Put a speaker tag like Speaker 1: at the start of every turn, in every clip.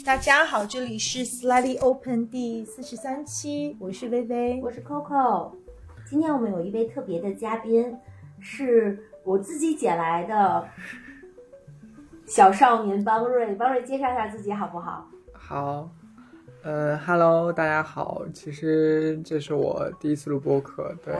Speaker 1: 大家好，这里是 Slightly Open 第43期，我是薇薇，
Speaker 2: 我是 Coco。今天我们有一位特别的嘉宾，是我自己捡来的小少年邦瑞。邦瑞介绍一下自己好不好？
Speaker 3: 好，Hello， 大家好。其实这是我第一次录播客，对。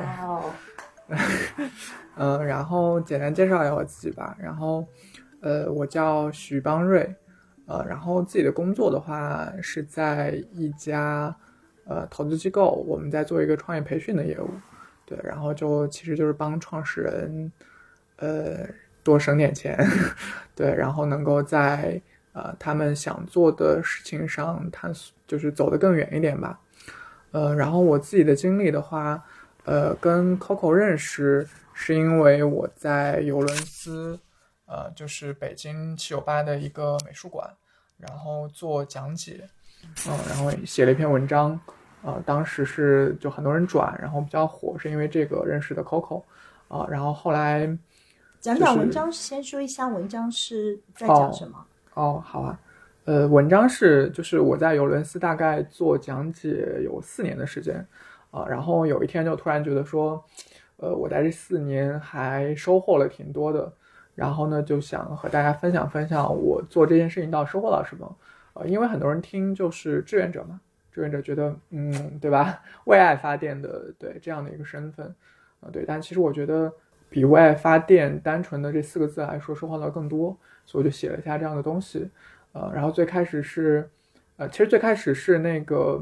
Speaker 3: 然后简单介绍一下我自己吧。然后，我叫许邦瑞，然后自己的工作的话是在一家投资机构，我们在做一个创业培训的业务，对。然后其实就是帮创始人多省点钱，对，然后能够在他们想做的事情上探索，就是走得更远一点吧。然后我自己的经历的话，跟 Coco 认识是因为我在尤伦斯，就是北京798的一个美术馆，然后做讲解，然后写了一篇文章，当时就很多人转，然后比较火，是因为这个认识的 Coco，然后后来、
Speaker 1: 讲文章，先说一下文章是在讲什么。
Speaker 3: 好啊。文章就是我在尤伦斯大概做讲解有4年的时间，然后有一天就突然觉得说，我在这4年还收获了挺多的，然后呢就想和大家分享我做这件事情到底收获到什么。因为很多人听就是志愿者嘛，志愿者觉得对吧，为爱发电的，对，这样的一个身份，对，但其实我觉得比为爱发电单纯的这4个字来说收获到更多，所以我就写了一下这样的东西。然后最开始是那个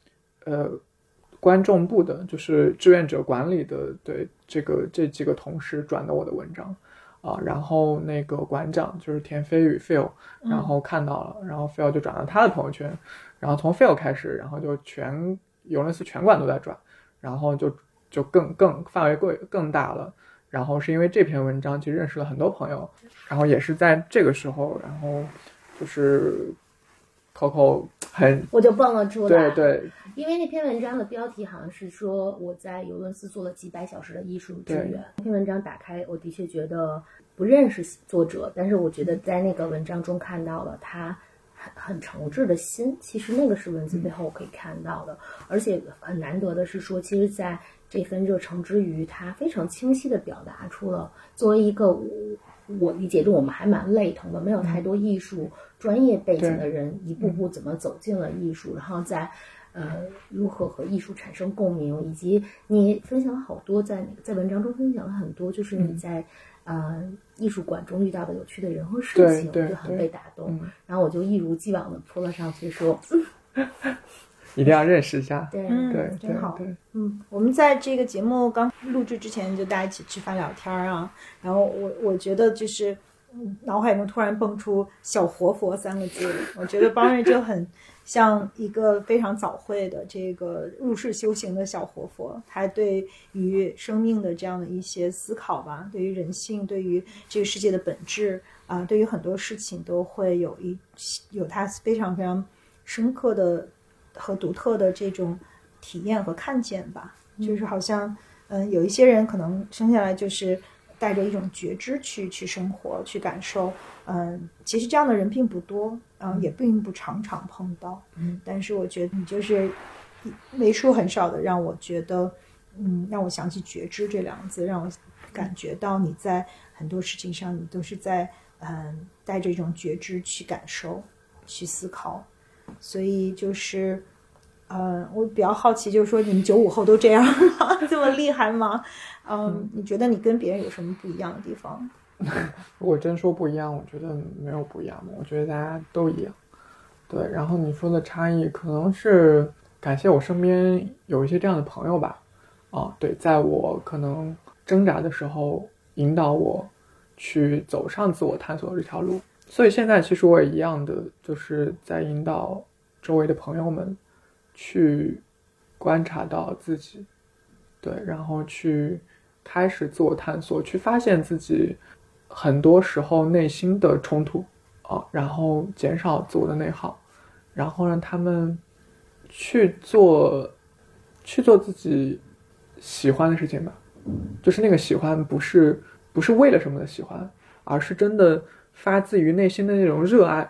Speaker 3: 观众部的，就是志愿者管理的，对，这几个同事转的我的文章，然后那个馆长就是田飞宇 Phil， 然后看到了，然后 Phil 就转到他的朋友圈，然后从 Phil 开始，然后就尤伦斯全馆都在转，然后就更范围更大了。然后是因为这篇文章其实认识了很多朋友，然后也是在这个时候，然后就是 Coco
Speaker 2: 我就蹦了出来，
Speaker 3: 对，
Speaker 2: 因为那篇文章的标题好像是说我在尤伦斯做了几百小时的艺术支援。那篇文章打开，我的确觉得不认识作者，但是我觉得在那个文章中看到了他很诚挚的心，其实那个是文字背后我可以看到的，而且很难得的是说，其实在这份热诚之余，他非常清晰地表达出了作为一个我理解中我们还蛮类同的，没有太多艺术专业背景的人，一步步怎么走进了艺术，然后在如何和艺术产生共鸣，以及你分享了好多在文章中分享了很多，就是你在艺术馆中遇到的有趣的人和事情，我就很被打动，然后我就一如既往的扑了上去说
Speaker 3: 一定要认识一下。
Speaker 2: 对，
Speaker 1: 真好。我们在这个节目刚录制之前就大家一起吃饭聊天啊，然后我觉得就是脑海中突然蹦出小活佛3个字，我觉得邦瑞就很像一个非常早会的这个入世修行的小活佛，他对于生命的这样的一些思考吧，对于人性，对于这个世界的本质对于很多事情都会有他非常非常深刻的和独特的这种体验和看见吧。就是好像有一些人可能生下来就是带着一种觉知去生活去感受，其实这样的人并不多，也并不常碰到，但是我觉得你就是为数很少的让我觉得让我想起觉知这2个字，让我感觉到你在很多事情上你都是在带着一种觉知去感受去思考。所以就是我比较好奇，就是说你们95后都这样吗？这么厉害吗？你觉得你跟别人有什么不一样的地方？
Speaker 3: 如果真说不一样，我觉得没有不一样的，我觉得大家都一样。对，然后你说的差异可能是感谢我身边有一些这样的朋友吧。对，在我可能挣扎的时候引导我去走上自我探索这条路。所以现在其实我也一样的，就是在引导周围的朋友们去观察到自己，对，然后去开始自我探索，去发现自己很多时候内心的冲突然后减少自我的内耗，然后让他们去做自己喜欢的事情吧。就是那个喜欢不是为了什么的喜欢，而是真的发自于内心的那种热爱，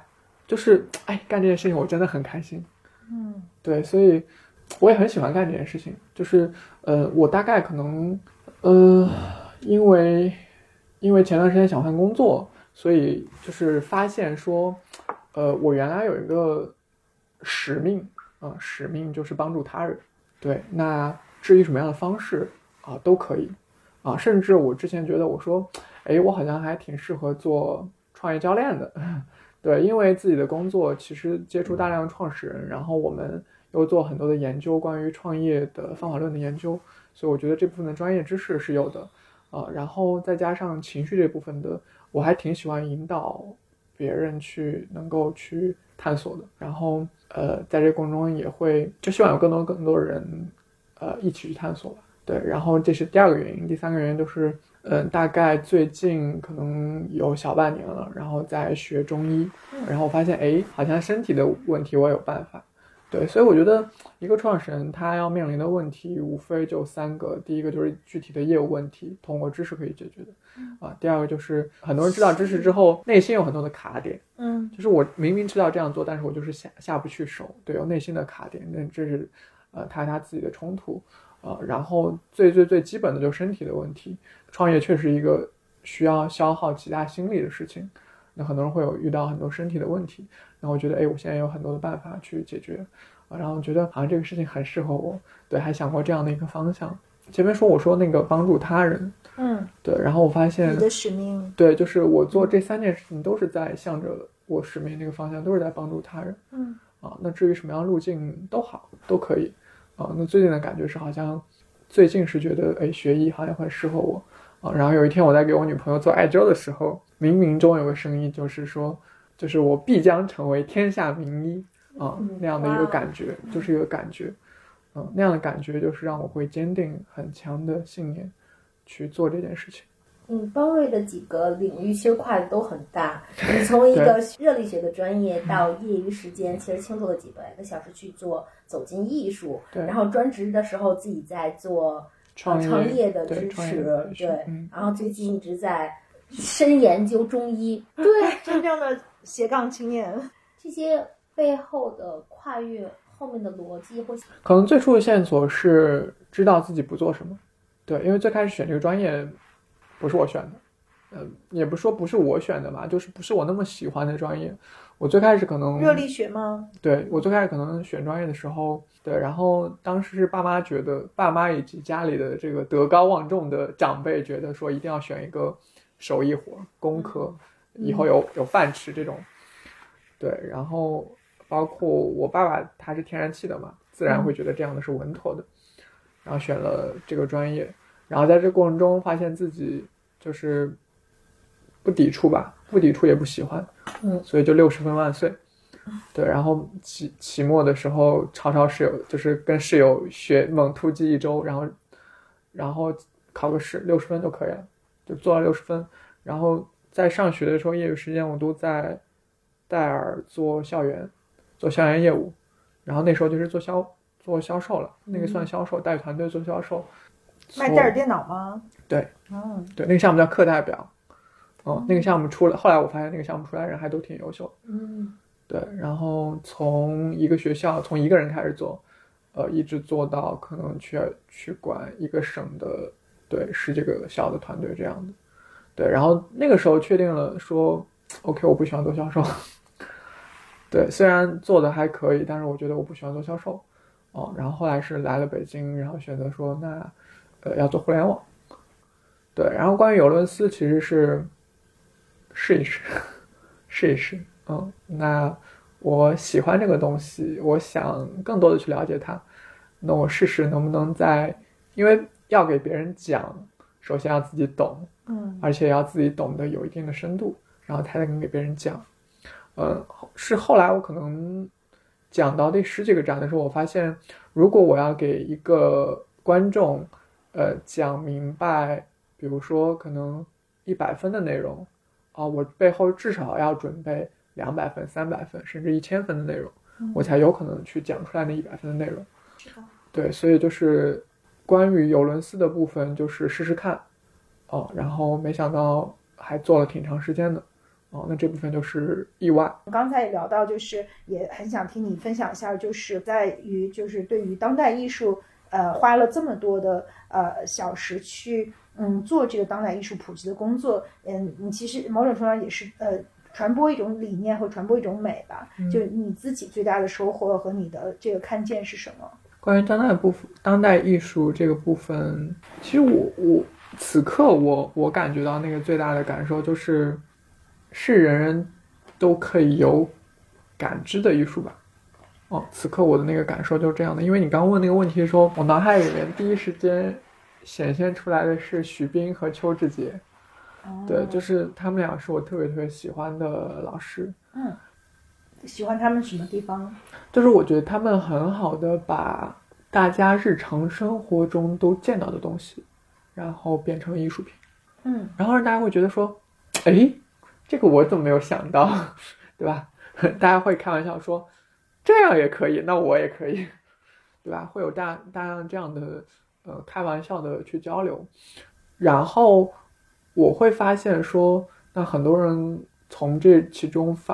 Speaker 3: 就是干这件事情我真的很开心。对，所以我也很喜欢干这件事情。就是我大概可能因为前段时间想换工作，所以就是发现说我原来有一个使命使命就是帮助他人。对，那至于什么样的方式都可以甚至我之前觉得我说我好像还挺适合做创业教练的。对，因为自己的工作其实接触大量的创始人，然后我们又做很多的研究，关于创业的方法论的研究，所以我觉得这部分的专业知识是有的然后再加上情绪这部分的，我还挺喜欢引导别人能够去探索的。然后在这个过程中也会就希望有更多人一起去探索吧。对，然后这是第二个原因。第三个原因就是大概最近可能有小半年了，然后在学中医，然后我发现好像身体的问题我有办法。对，所以我觉得一个创始人他要面临的问题无非就3个。第一个就是具体的业务问题，通过知识可以解决的第二个就是很多人知道知识之后内心有很多的卡点，就是我明明知道这样做，但是我就是下不去手。对，有内心的卡点，那这是他自己的冲突然后最基本的就是身体的问题。创业确实一个需要消耗极大心力的事情，那很多人会遇到很多身体的问题，然后我觉得我现在有很多的办法去解决然后觉得好像这个事情很适合我。对，还想过这样的一个方向。前面我说那个帮助他人对，然后我发现
Speaker 1: 你的使命，
Speaker 3: 对，就是我做这3件事情都是在向着我使命那个方向，都是在帮助他人那至于什么样路径都好，都可以那最近的感觉是好像最近是觉得学医好像很适合我然后有一天我在给我女朋友做艾灸的时候，冥冥中有个声音就是说，就是我必将成为天下名医那样的一个感觉，就是一个感觉那样的感觉就是让我会坚定很强的信念去做这件事情。
Speaker 2: 邦瑞的几个领域其实跨的都很大，你从一个热力学的专业到业余时间其实倾注了几百个小时去做走进艺术，然后专职的时候自己在做创业的支持，对，然后最近一直在深研究中医，对，
Speaker 1: 真正的斜杠青年。
Speaker 2: 这些背后的跨越后面的逻辑或
Speaker 3: 可能最初的线索是知道自己不做什么。对，因为最开始选这个专业不是我选的也不是说不是我选的吧，就是不是我那么喜欢的专业。我最开始可能
Speaker 1: 热力学吗？
Speaker 3: 对，我最开始可能选专业的时候，对，然后当时是爸妈以及家里的这个德高望重的长辈觉得说一定要选一个手艺活工科以后有饭吃这种。对，然后包括我爸爸他是天然气的嘛，自然会觉得这样的是稳妥的然后选了这个专业。然后在这个过程中发现自己就是不抵触吧，不抵触也不喜欢所以就60分万岁。对，然后期末的时候吵室友，就是跟室友猛突击1周，然后考个试60分就可以了，就做了60分。然后在上学的时候业余时间我都在戴尔做校园业务，然后那时候就是做销售了，那个算销售，带团队做销售。
Speaker 1: 卖戴尔电脑吗？
Speaker 3: 对对，那个项目叫课代表那个项目出来，后来我发现那个项目出来人还都挺优秀对，然后从一个学校从一个人开始做一直做到可能去管一个省的对10几个小的团队这样的。对，然后那个时候确定了说 OK 我不喜欢做销售对，虽然做的还可以，但是我觉得我不喜欢做销售然后后来是来了北京，然后选择说那要做互联网。对，然后关于有伦斯其实是试一试那我喜欢这个东西，我想更多的去了解它，那我试试能不能因为要给别人讲，首先要自己懂而且要自己懂得有一定的深度，然后才能给别人讲是后来我可能讲到第10几个展的时候，我发现如果我要给一个观众讲明白，比如说可能100分的内容我背后至少要准备200分、300分甚至1000分的内容我才有可能去讲出来那100分的内容对，所以就是关于有伦斯的部分就是试试看然后没想到还做了挺长时间的那这部分就是意外。
Speaker 1: 刚才也聊到，就是也很想听你分享一下，就是在于就是对于当代艺术，花了这么多的小时去做这个当代艺术普及的工作，你其实某种程度上也是传播一种理念和传播一种美吧。就你自己最大的收获和你的这个看见是什么？
Speaker 3: 关于当代艺术这个部分，其实我此刻我感觉到那个最大的感受是人人都可以有感知的艺术吧。此刻我的那个感受就是这样的。因为你刚问那个问题的时候，我脑海里面第一时间显现出来的是徐冰和邱志杰。对，就是他们俩是我特别特别喜欢的老师。
Speaker 1: 喜欢他们什么地方？
Speaker 3: 就是我觉得他们很好的把大家日常生活中都见到的东西，然后变成艺术品。然后让大家会觉得说，哎，这个我怎么没有想到，对吧？大家会开玩笑说，这样也可以，那我也可以，对吧？会有大量这样的开玩笑的去交流。然后我会发现说，那很多人从这其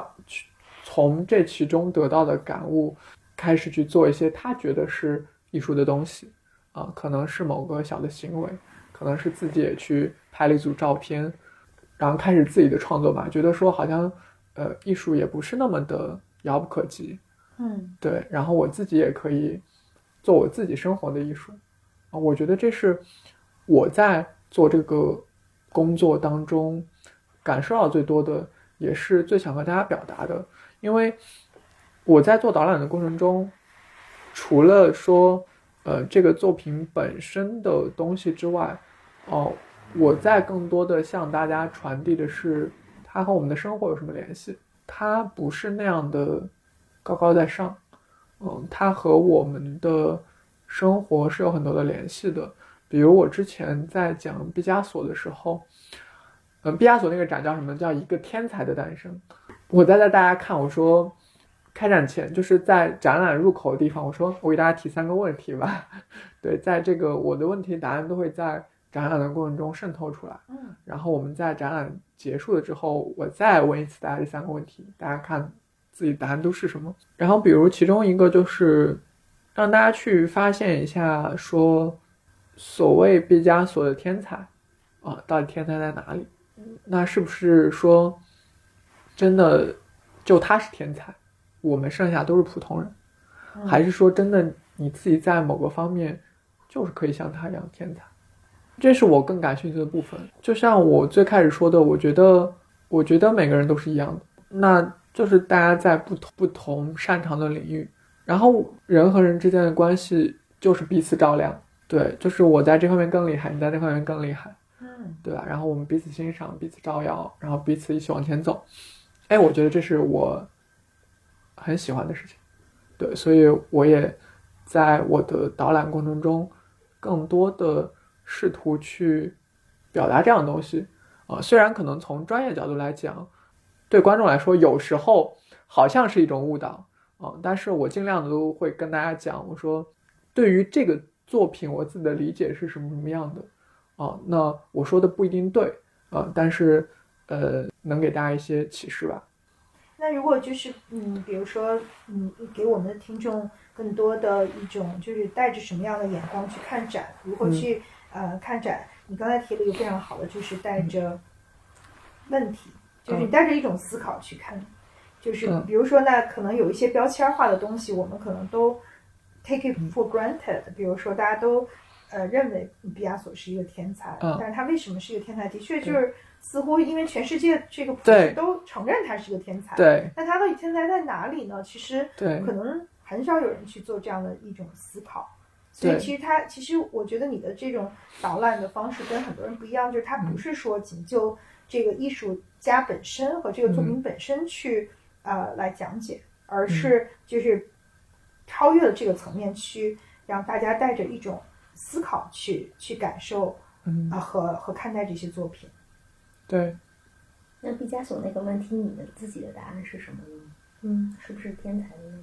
Speaker 3: 中得到的感悟，开始去做一些他觉得是艺术的东西可能是某个小的行为，可能是自己也去拍了一组照片，然后开始自己的创作吧，觉得说好像艺术也不是那么的遥不可及。对，然后我自己也可以做我自己生活的艺术我觉得这是我在做这个工作当中感受到最多的，也是最想和大家表达的。因为我在做导览的过程中，除了说这个作品本身的东西之外我在更多的向大家传递的是它和我们的生活有什么联系。它不是那样的高高在上它和我们的生活是有很多的联系的。比如我之前在讲毕加索的时候，毕加索那个展叫什么？叫一个天才的诞生。我在带大家看，我说开展前就是在展览入口的地方，我说我给大家提3个问题吧。对，在这个我的问题答案都会在展览的过程中渗透出来。然后我们在展览结束了之后，我再问一次大家这3个问题，大家看自己答案都是什么。然后比如其中一个就是让大家去发现一下说所谓毕加索的天才到底天才在哪里。那是不是说真的就他是天才，我们剩下都是普通人还是说真的你自己在某个方面就是可以像他一样天才。这是我更感兴趣的部分。就像我最开始说的，我觉得每个人都是一样的，那就是大家在不同擅长的领域，然后人和人之间的关系就是彼此照亮。对，就是我在这方面更厉害，你在那方面更厉害对吧？然后我们彼此欣赏，彼此照耀，然后彼此一起往前走。我觉得这是我很喜欢的事情。对，所以我也在我的导览过程中更多的试图去表达这样的东西虽然可能从专业角度来讲，对观众来说有时候好像是一种误导但是我尽量的都会跟大家讲，我说对于这个作品我自己的理解是什么样的那我说的不一定对但是能给大家一些启示吧。
Speaker 1: 那如果就是比如说给我们的听众更多的一种就是带着什么样的眼光去看展，如何去看展，你刚才提了一个非常好的，就是带着问题就是你带着一种思考去看就是比如说那可能有一些标签化的东西我们可能都 take it for granted 比如说大家都认为毕加索是一个天才但是他为什么是一个天才，的确就是似乎因为全世界这个普世都承认他是一个天才，
Speaker 3: 对，
Speaker 1: 那他到底天才在哪里呢？其实可能很少有人去做这样的一种思考。所以其实我觉得你的这种导览的方式跟很多人不一样，就是他不是说仅就这个艺术家本身和这个作品本身去来讲解，而是就是超越了这个层面去让大家带着一种思考去感受和看待这些作品。
Speaker 3: 对。
Speaker 2: 那毕加索那个问题，你的自己的答案是什么呢？是不是天才的那个？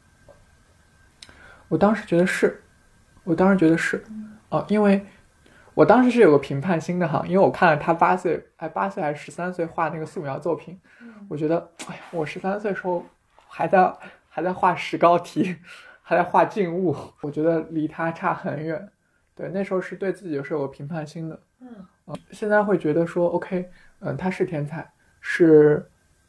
Speaker 2: 我当时觉得是，
Speaker 3: 因为我当时是有个评判心的哈，因为我看了他8岁还是13岁画那个素描作品，我觉得哎呀，我13岁时候还在画石膏题，还在画静物，我觉得离他差很远。对，那时候是对自己是有个评判心的。现在会觉得说 OK， 他是天才，是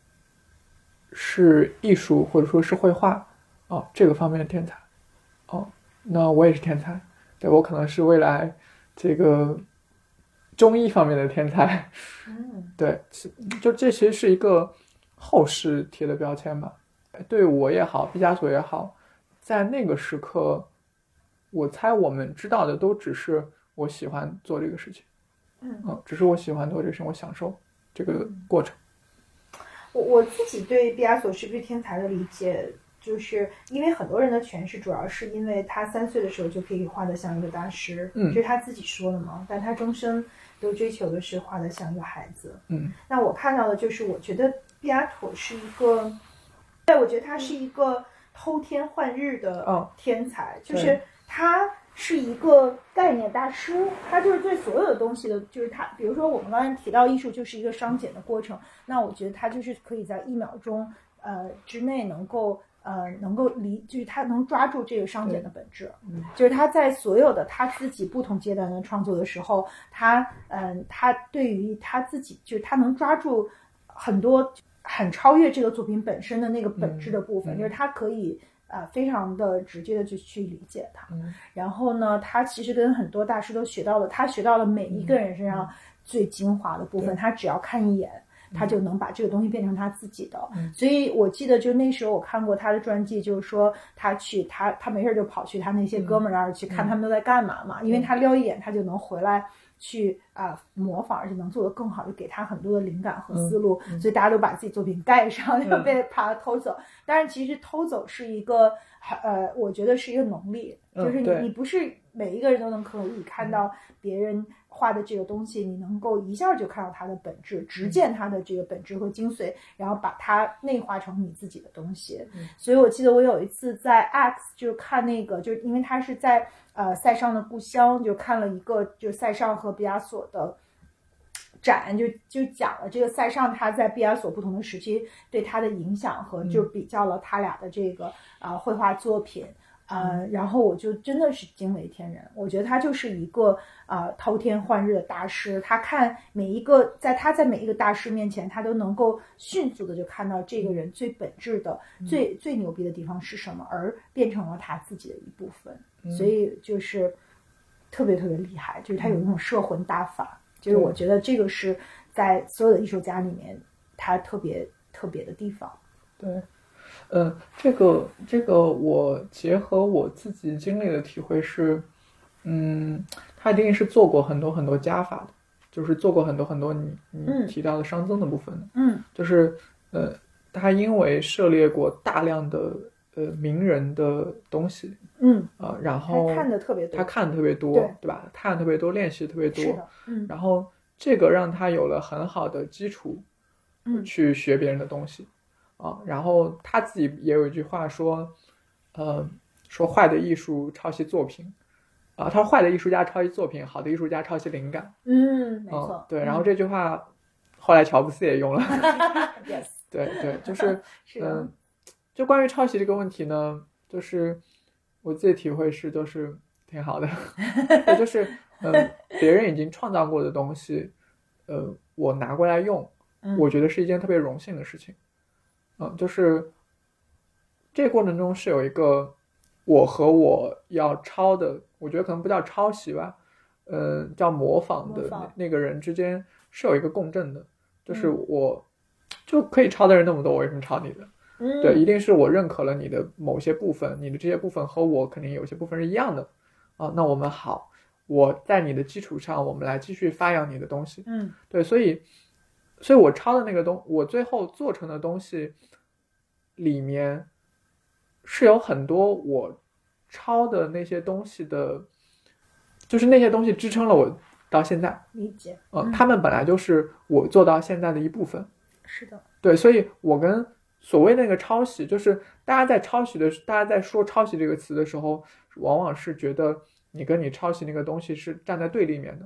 Speaker 3: 艺术或者说是绘画这个方面的天才。那我也是天才，对，我可能是未来这个中医方面的天才。对，就这其实是一个后世贴的标签吧。对我也好，毕加索也好，在那个时刻，我猜我们知道的都只是我喜欢做这个事情。只是我喜欢做这个事情，我享受这个过程。
Speaker 1: 我自己对毕加索是不是天才的理解，就是因为很多人的诠释主要是因为他3岁的时候就可以画得像一个大师，这是他自己说的嘛，但他终生都追求的是画得像一个孩子。那我看到的就是我觉得毕加索是一个，我觉得他是一个偷天换日的天才，就是他是一个概念大师，他就是对所有的东西的，就是他，比如说我们刚才提到艺术就是一个商检的过程，那我觉得他就是可以在1秒钟之内能够就是他能抓住这个商检的本质，就是他在所有的他自己不同阶段的创作的时候，他对于他自己，就是他能抓住很多很超越这个作品本身的那个本质的部分，就是他可以非常的直接的去理解它。然后呢，他其实跟很多大师都学到了，他学到了每一个人身上最精华的部分，他只要看一眼，他就能把这个东西变成他自己的。所以我记得就那时候我看过他的传记，就是说他没事就跑去他那些哥们儿那儿去看他们都在干嘛嘛，因为他撩一眼他就能回来去模仿，而且能做得更好，就给他很多的灵感和思路。所以大家都把自己作品盖上，就被怕偷走。但是其实偷走是一个我觉得是一个能力，就是你不是每一个人都能可以看到别人画的这个东西，你能够一下就看到它的本质，直见它的这个本质和精髓，然后把它内化成你自己的东西。所以我记得我有一次在 X 就看那个，就是因为他是在塞尚的故乡，就看了一个就塞尚和毕加索的展，就讲了这个塞尚他在毕加索不同的时期对他的影响，和就比较了他俩的这个绘画作品。然后我就真的是惊为天人，我觉得他就是一个偷天换日的大师，他看每一个在每一个大师面前，他都能够迅速的就看到这个人最本质的最牛逼的地方是什么，而变成了他自己的一部分。所以就是特别特别厉害，就是他有那种摄魂大法，就是我觉得这个是在所有的艺术家里面他特别特别的地方。
Speaker 3: 对。这个我结合我自己经历的体会是，他一定是做过很多很多加法的，就是做过很多很多你提到的熵增的部分的。就是他因为涉猎过大量的名人的东西，然后
Speaker 1: 他看的特别多，
Speaker 3: 对吧？看的特别多，练习特别多，然后这个让他有了很好的基础，去学别人的东西。然后他自己也有一句话说，说坏的艺术抄袭作品，他说坏的艺术家抄袭作品，好的艺术家抄袭灵感。
Speaker 1: 没错。
Speaker 3: 对，然后这句话后来乔布斯也用了。
Speaker 1: yes。
Speaker 3: 对，就是就关于抄袭这个问题呢，就是我自己体会是都是挺好的。对，就是别人已经创造过的东西，我拿过来用，我觉得是一件特别荣幸的事情。就是这个过程中是有一个我和我要抄的，我觉得可能不叫抄袭吧，叫模仿的那个人之间是有一个共振的，就是我就可以抄的人那么多，我为什么抄你的？对，一定是我认可了你的某些部分，你的这些部分和我肯定有些部分是一样的那我们好，我在你的基础上，我们来继续发扬你的东西。对，所以我抄的那个我最后做成的东西里面是有很多我抄的那些东西的，就是那些东西支撑了我到现在。
Speaker 1: 理解。
Speaker 3: 他们本来就是我做到现在的一部分。
Speaker 1: 是的。对，
Speaker 3: 所以我跟所谓那个抄袭，就是大家在说抄袭这个词的时候，往往是觉得你跟你抄袭那个东西是站在对立面的。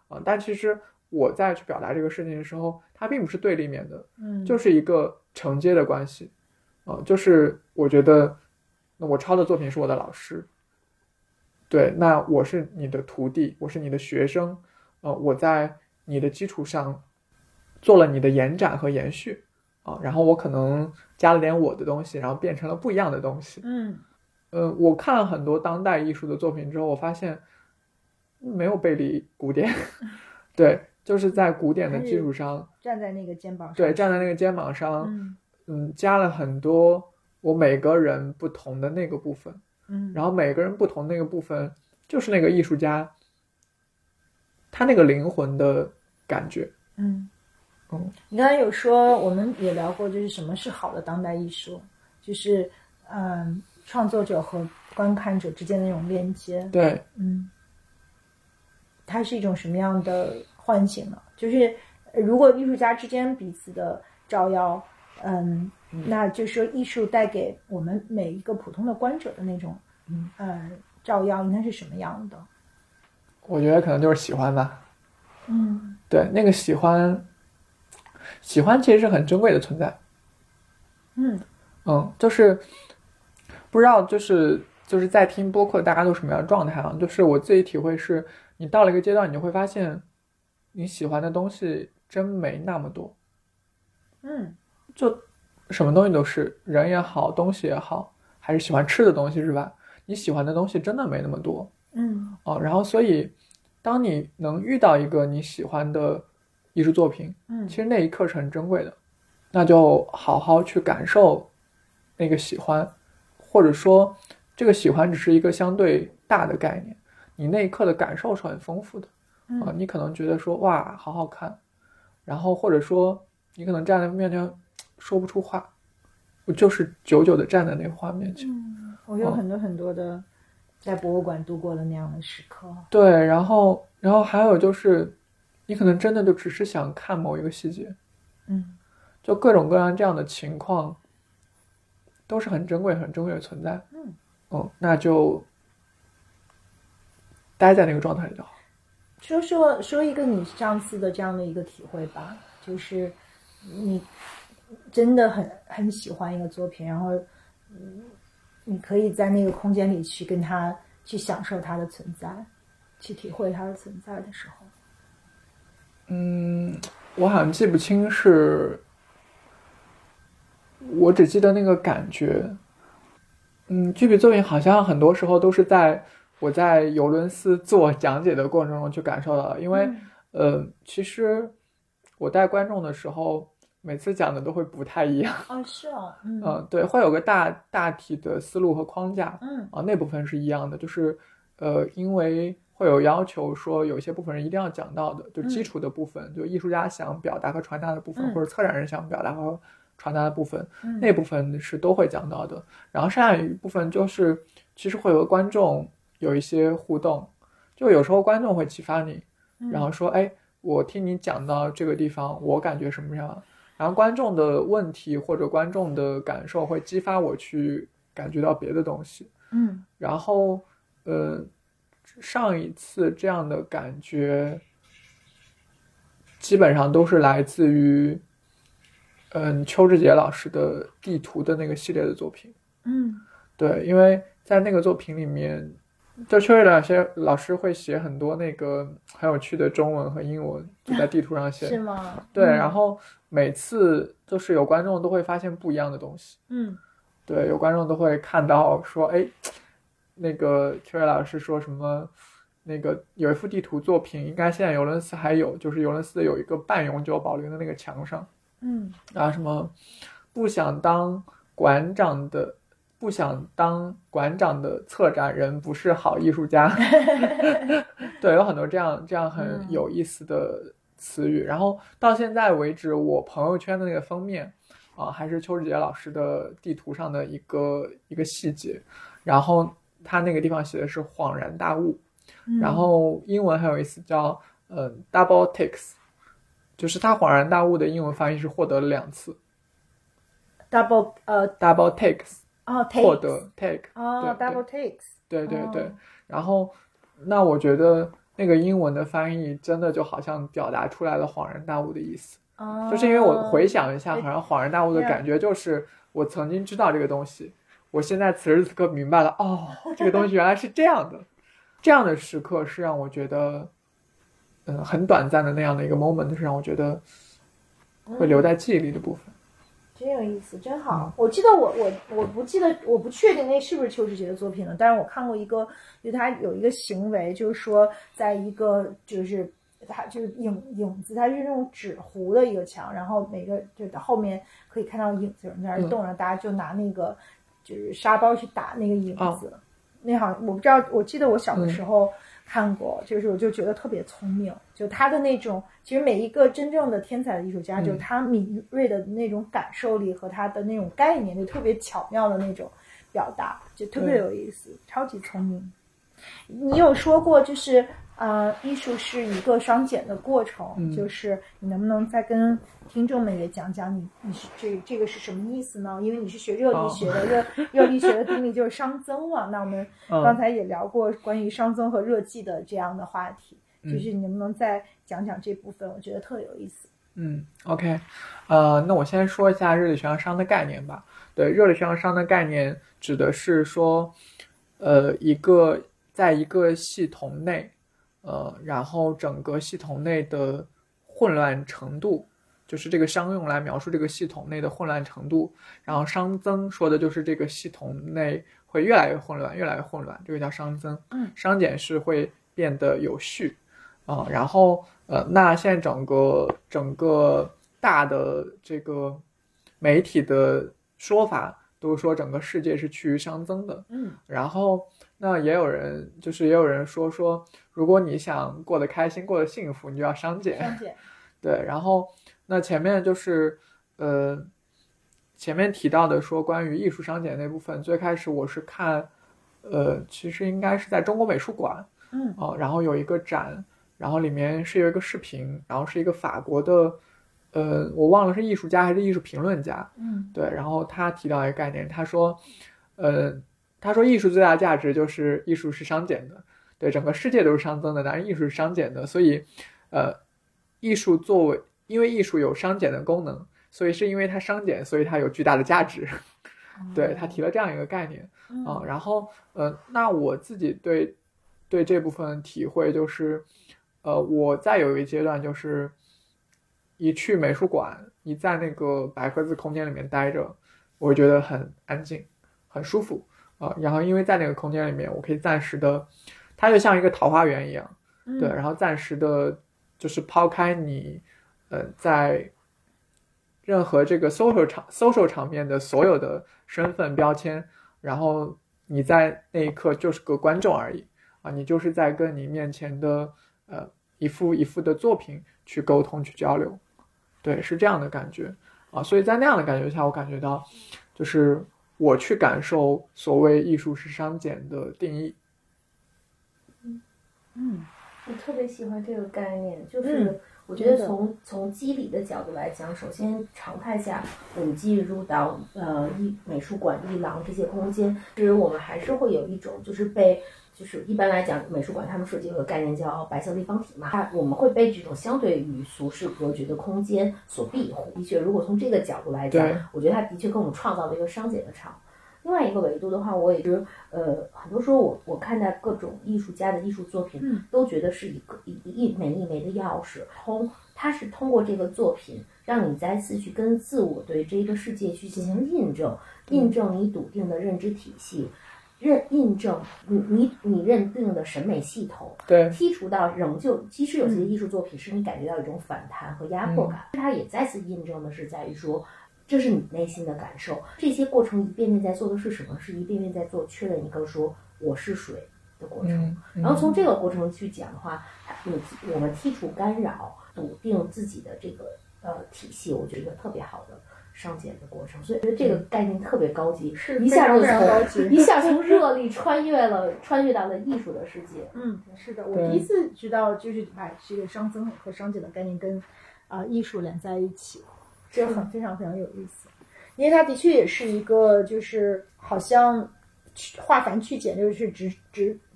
Speaker 3: 但其实我在去表达这个事情的时候，它并不是对立面的，就是
Speaker 1: 嗯
Speaker 3: 一个承接的关系，就是我觉得，那我抄的作品是我的老师，对，那我是你的徒弟，我是你的学生，我在你的基础上做了你的延展和延续，然后我可能加了点我的东西，然后变成了不一样的东西。我看了很多当代艺术的作品之后，我发现没有背离古典，对，就是在古典的基础上
Speaker 1: 站在那个肩膀上，
Speaker 3: 对，站在那个肩膀上，加了很多我每个人不同的那个部分，然后每个人不同那个部分就是那个艺术家他那个灵魂的感觉。
Speaker 1: 你刚才有说，我们也聊过，就是什么是好的当代艺术，就是创作者和观看者之间的那种链接。
Speaker 3: 对，
Speaker 1: 它是一种什么样的唤醒呢？就是如果艺术家之间彼此的照耀，那就是说艺术带给我们每一个普通的观者的那种照耀应该是什么样的？
Speaker 3: 我觉得可能就是喜欢吧。对，那个喜欢其实是很珍贵的存在。就是不知道就是在听播客大家都什么样的状态啊？就是我自己体会是，你到了一个阶段，你就会发现你喜欢的东西真没那么多。就什么东西都是，人也好，东西也好，还是喜欢吃的东西是吧？你喜欢的东西真的没那么多。然后所以当你能遇到一个你喜欢的艺术作品，其实那一刻是很珍贵的，那就好好去感受那个喜欢，或者说这个喜欢只是一个相对大的概念，你那一刻的感受是很丰富的。你可能觉得说哇好好看，然后或者说你可能站在面前说不出话，我就是久久的站在那个画面前。
Speaker 1: 我有很多很多的在博物馆度过的那样的时刻。
Speaker 3: 对，然后还有就是你可能真的就只是想看某一个细节。就各种各样这样的情况都是很珍贵的存在。那就待在那个状态里就好。
Speaker 1: 说一个你上次的这样的一个体会吧，就是你真的很喜欢一个作品，然后你可以在那个空间里去跟它去享受它的存在，去体会它的存在的时候。
Speaker 3: 我好像记不清是，我只记得那个感觉。具体作品好像很多时候都是我在尤伦斯做讲解的过程中去感受到的，因为其实我带观众的时候，每次讲的都会不太一样。
Speaker 1: 是哦。
Speaker 3: 对，会有个大体的思路和框架。那部分是一样的，就是因为会有要求说有一些部分是一定要讲到的，就基础的部分，就艺术家想表达和传达的部分，或者策展人想表达和传达的部分，那部分是都会讲到的。然后剩下一部分就是其实会和观众有一些互动，就有时候观众会启发你，然后说哎，我听你讲到这个地方我感觉什么样，然后观众的问题或者观众的感受会激发我去感觉到别的东西。然后上一次这样的感觉基本上都是来自于邱志杰老师的地图的那个系列的作品。对，因为在那个作品里面，就邱志杰老师会写很多那个很有趣的中文和英文，就在地图上写。
Speaker 1: 是吗？
Speaker 3: 对，然后每次就是有观众都会发现不一样的东西。对，有观众都会看到说哎，那个邱志杰老师说什么，那个有一幅地图作品应该现在尤伦斯还有，就是尤伦斯有一个半永久保留的那个墙上，什么不想当馆长的策展人不是好艺术家。对，有很多这样很有意思的词语。然后到现在为止，我朋友圈的那个封面还是邱志杰老师的地图上的一个细节，然后他那个地方写的是恍然大悟。然后英文很有意思，叫double takes， 就是他恍然大悟的英文翻译是获得了2次 double takes。获得 take。
Speaker 1: double takes。
Speaker 3: 对。然后那我觉得那个英文的翻译真的就好像表达出来了恍然大悟的意思。就是因为我回想一下，好像恍然大悟的感觉就是我曾经知道这个东西，我现在此时此刻明白了，哦，这个东西原来是这样的。这样的时刻是让我觉得很短暂的那样的一个 moment， 是让我觉得会留在记忆里的部分。
Speaker 1: 真有意思，真好。我记得我不记得，我不确定那是不是邱世杰的作品了，但是我看过一个，就他有一个行为，就是说在一个就是它就是影子，它是那种纸糊的一个墙，然后每个就是后面可以看到影子有人在那动，然后大家就拿那个就是沙包去打那个影子。那好像我不知道，我记得我小的时候看过，就是我就觉得特别聪明，就他的那种，其实每一个真正的天才的艺术家，就他敏锐的那种感受力和他的那种概念，就特别巧妙的那种表达，就特别有意思，超级聪明。你有说过就是艺术是一个商检的过程，就是你能不能再跟听众们也讲讲你是这个是什么意思呢？因为你是学热力学的，热力学的定义就是熵增嘛。那我们刚才也聊过关于熵增和热寂的这样的话题，就是你能不能再讲讲这部分？我觉得特有意思。
Speaker 3: OK， 那我先说一下热力学上熵的概念吧。对，热力学上熵的概念指的是说，在一个系统内，然后整个系统内的混乱程度，就是这个熵用来描述这个系统内的混乱程度。然后熵增说的就是这个系统内会越来越混乱，越来越混乱，这个叫熵增。熵减是会变得有序。然后那现在整个大的这个媒体的说法都说整个世界是趋于熵增的。然后那也有人说如果你想过得开心过得幸福，你就要熵减。对，然后那前面就是前面提到的说关于艺术熵减那部分，最开始我是看其实应该是在中国美术馆，然后有一个展，然后里面是有一个视频，然后是一个法国的我忘了是艺术家还是艺术评论家，对，然后他提到一个概念，他说艺术最大的价值就是艺术是熵减的，对，整个世界都是熵增的，但是艺术是熵减的，所以艺术因为艺术有熵减的功能，所以是因为它熵减，所以它有巨大的价值。对，他提了这样一个概念然后那我自己对这部分体会就是我在有一个阶段就是一去美术馆，一在那个百合字空间里面待着，我会觉得很安静很舒服然后因为在那个空间里面我可以暂时的，它就像一个桃花源一样，对，然后暂时的就是抛开你在任何这个 social 场面的所有的身份标签，然后你在那一刻就是个观众而已你就是在跟你面前的一幅一幅的作品去沟通去交流，对，是这样的感觉所以在那样的感觉下，我感觉到就是我去感受所谓艺术是熵减的定义。
Speaker 2: 我特别喜欢这个概念，就是我觉得从机理的角度来讲，首先常态下我们进入到美术馆、艺廊这些空间，其实我们还是会有一种就是一般来讲，美术馆他们设计有个概念叫白色立方体嘛，我们会被这种相对于俗世隔绝的空间所庇护。的确，如果从这个角度来讲，我觉得它的确给我们创造了一个熵减的场。另外一个维度的话，我也是很多时候我看待各种艺术家的艺术作品，都觉得是一枚一枚的钥匙，它是通过这个作品让你再次去跟自我对这个世界去进行印证你笃定的认知体系，印证你认定的审美系统，
Speaker 3: 对，
Speaker 2: 剔除到即使有些艺术作品是你感觉到一种反弹和压迫感，它也再次印证的是在于说这是你内心的感受。这些过程一遍遍在做的是什么？是一遍遍在做确认一个说我是谁的过程。然后从这个过程去讲的话，我们剔除干扰，笃定自己的这个体系，我觉得一个特别好的熵减的过程。所以我觉得这个概念特别高级，
Speaker 1: 是
Speaker 2: 一下从热力穿越到了艺术的世界。
Speaker 1: 是的，我第一次知道就是把这个熵增和熵减的概念跟艺术连在一起，这个非常非常有意思，因为它的确也是一个就是好像化繁去简，就是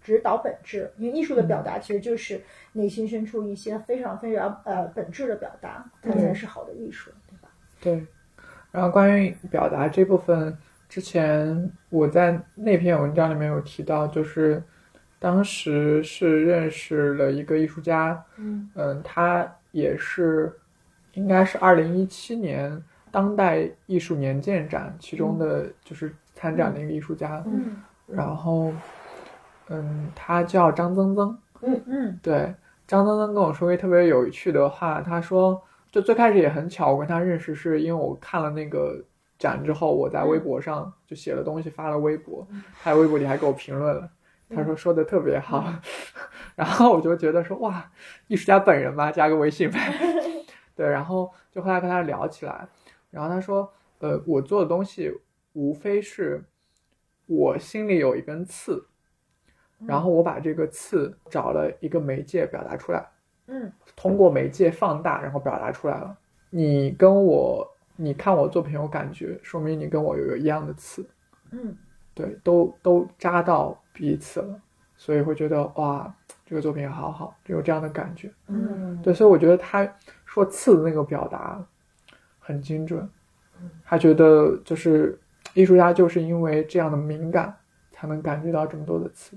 Speaker 1: 指导本质，因为艺术的表达其实就是内心深处一些非常非常本质的表达，它才是好的艺术，对吧？
Speaker 3: 对。然后关于表达这部分，之前我在那篇文章里面有提到，就是当时是认识了一个艺术家，他也是应该是2017年当代艺术年鉴展其中的就是参展的一个艺术家，然后他叫张增增，对，张增增跟我说一个特别有趣的话，他说就最开始也很巧，我跟他认识是因为我看了那个展之后，我在微博上就写了东西发了微博，他在微博里还给我评论了，他说说的特别好，然后我就觉得说哇，艺术家本人吧，加个微信呗，对，然后就后来跟他聊起来，然后他说我做的东西无非是我心里有一根刺，然后我把这个刺找了一个媒介表达出来，通过媒介放大，然后表达出来了。你看我作品有感觉，说明你跟我有一样的刺，对，都扎到彼此了，所以会觉得哇，这个作品好好，就有这样的感觉，对，所以我觉得他说刺的那个表达很精准，他觉得就是艺术家就是因为这样的敏感，才能感觉到这么多的刺，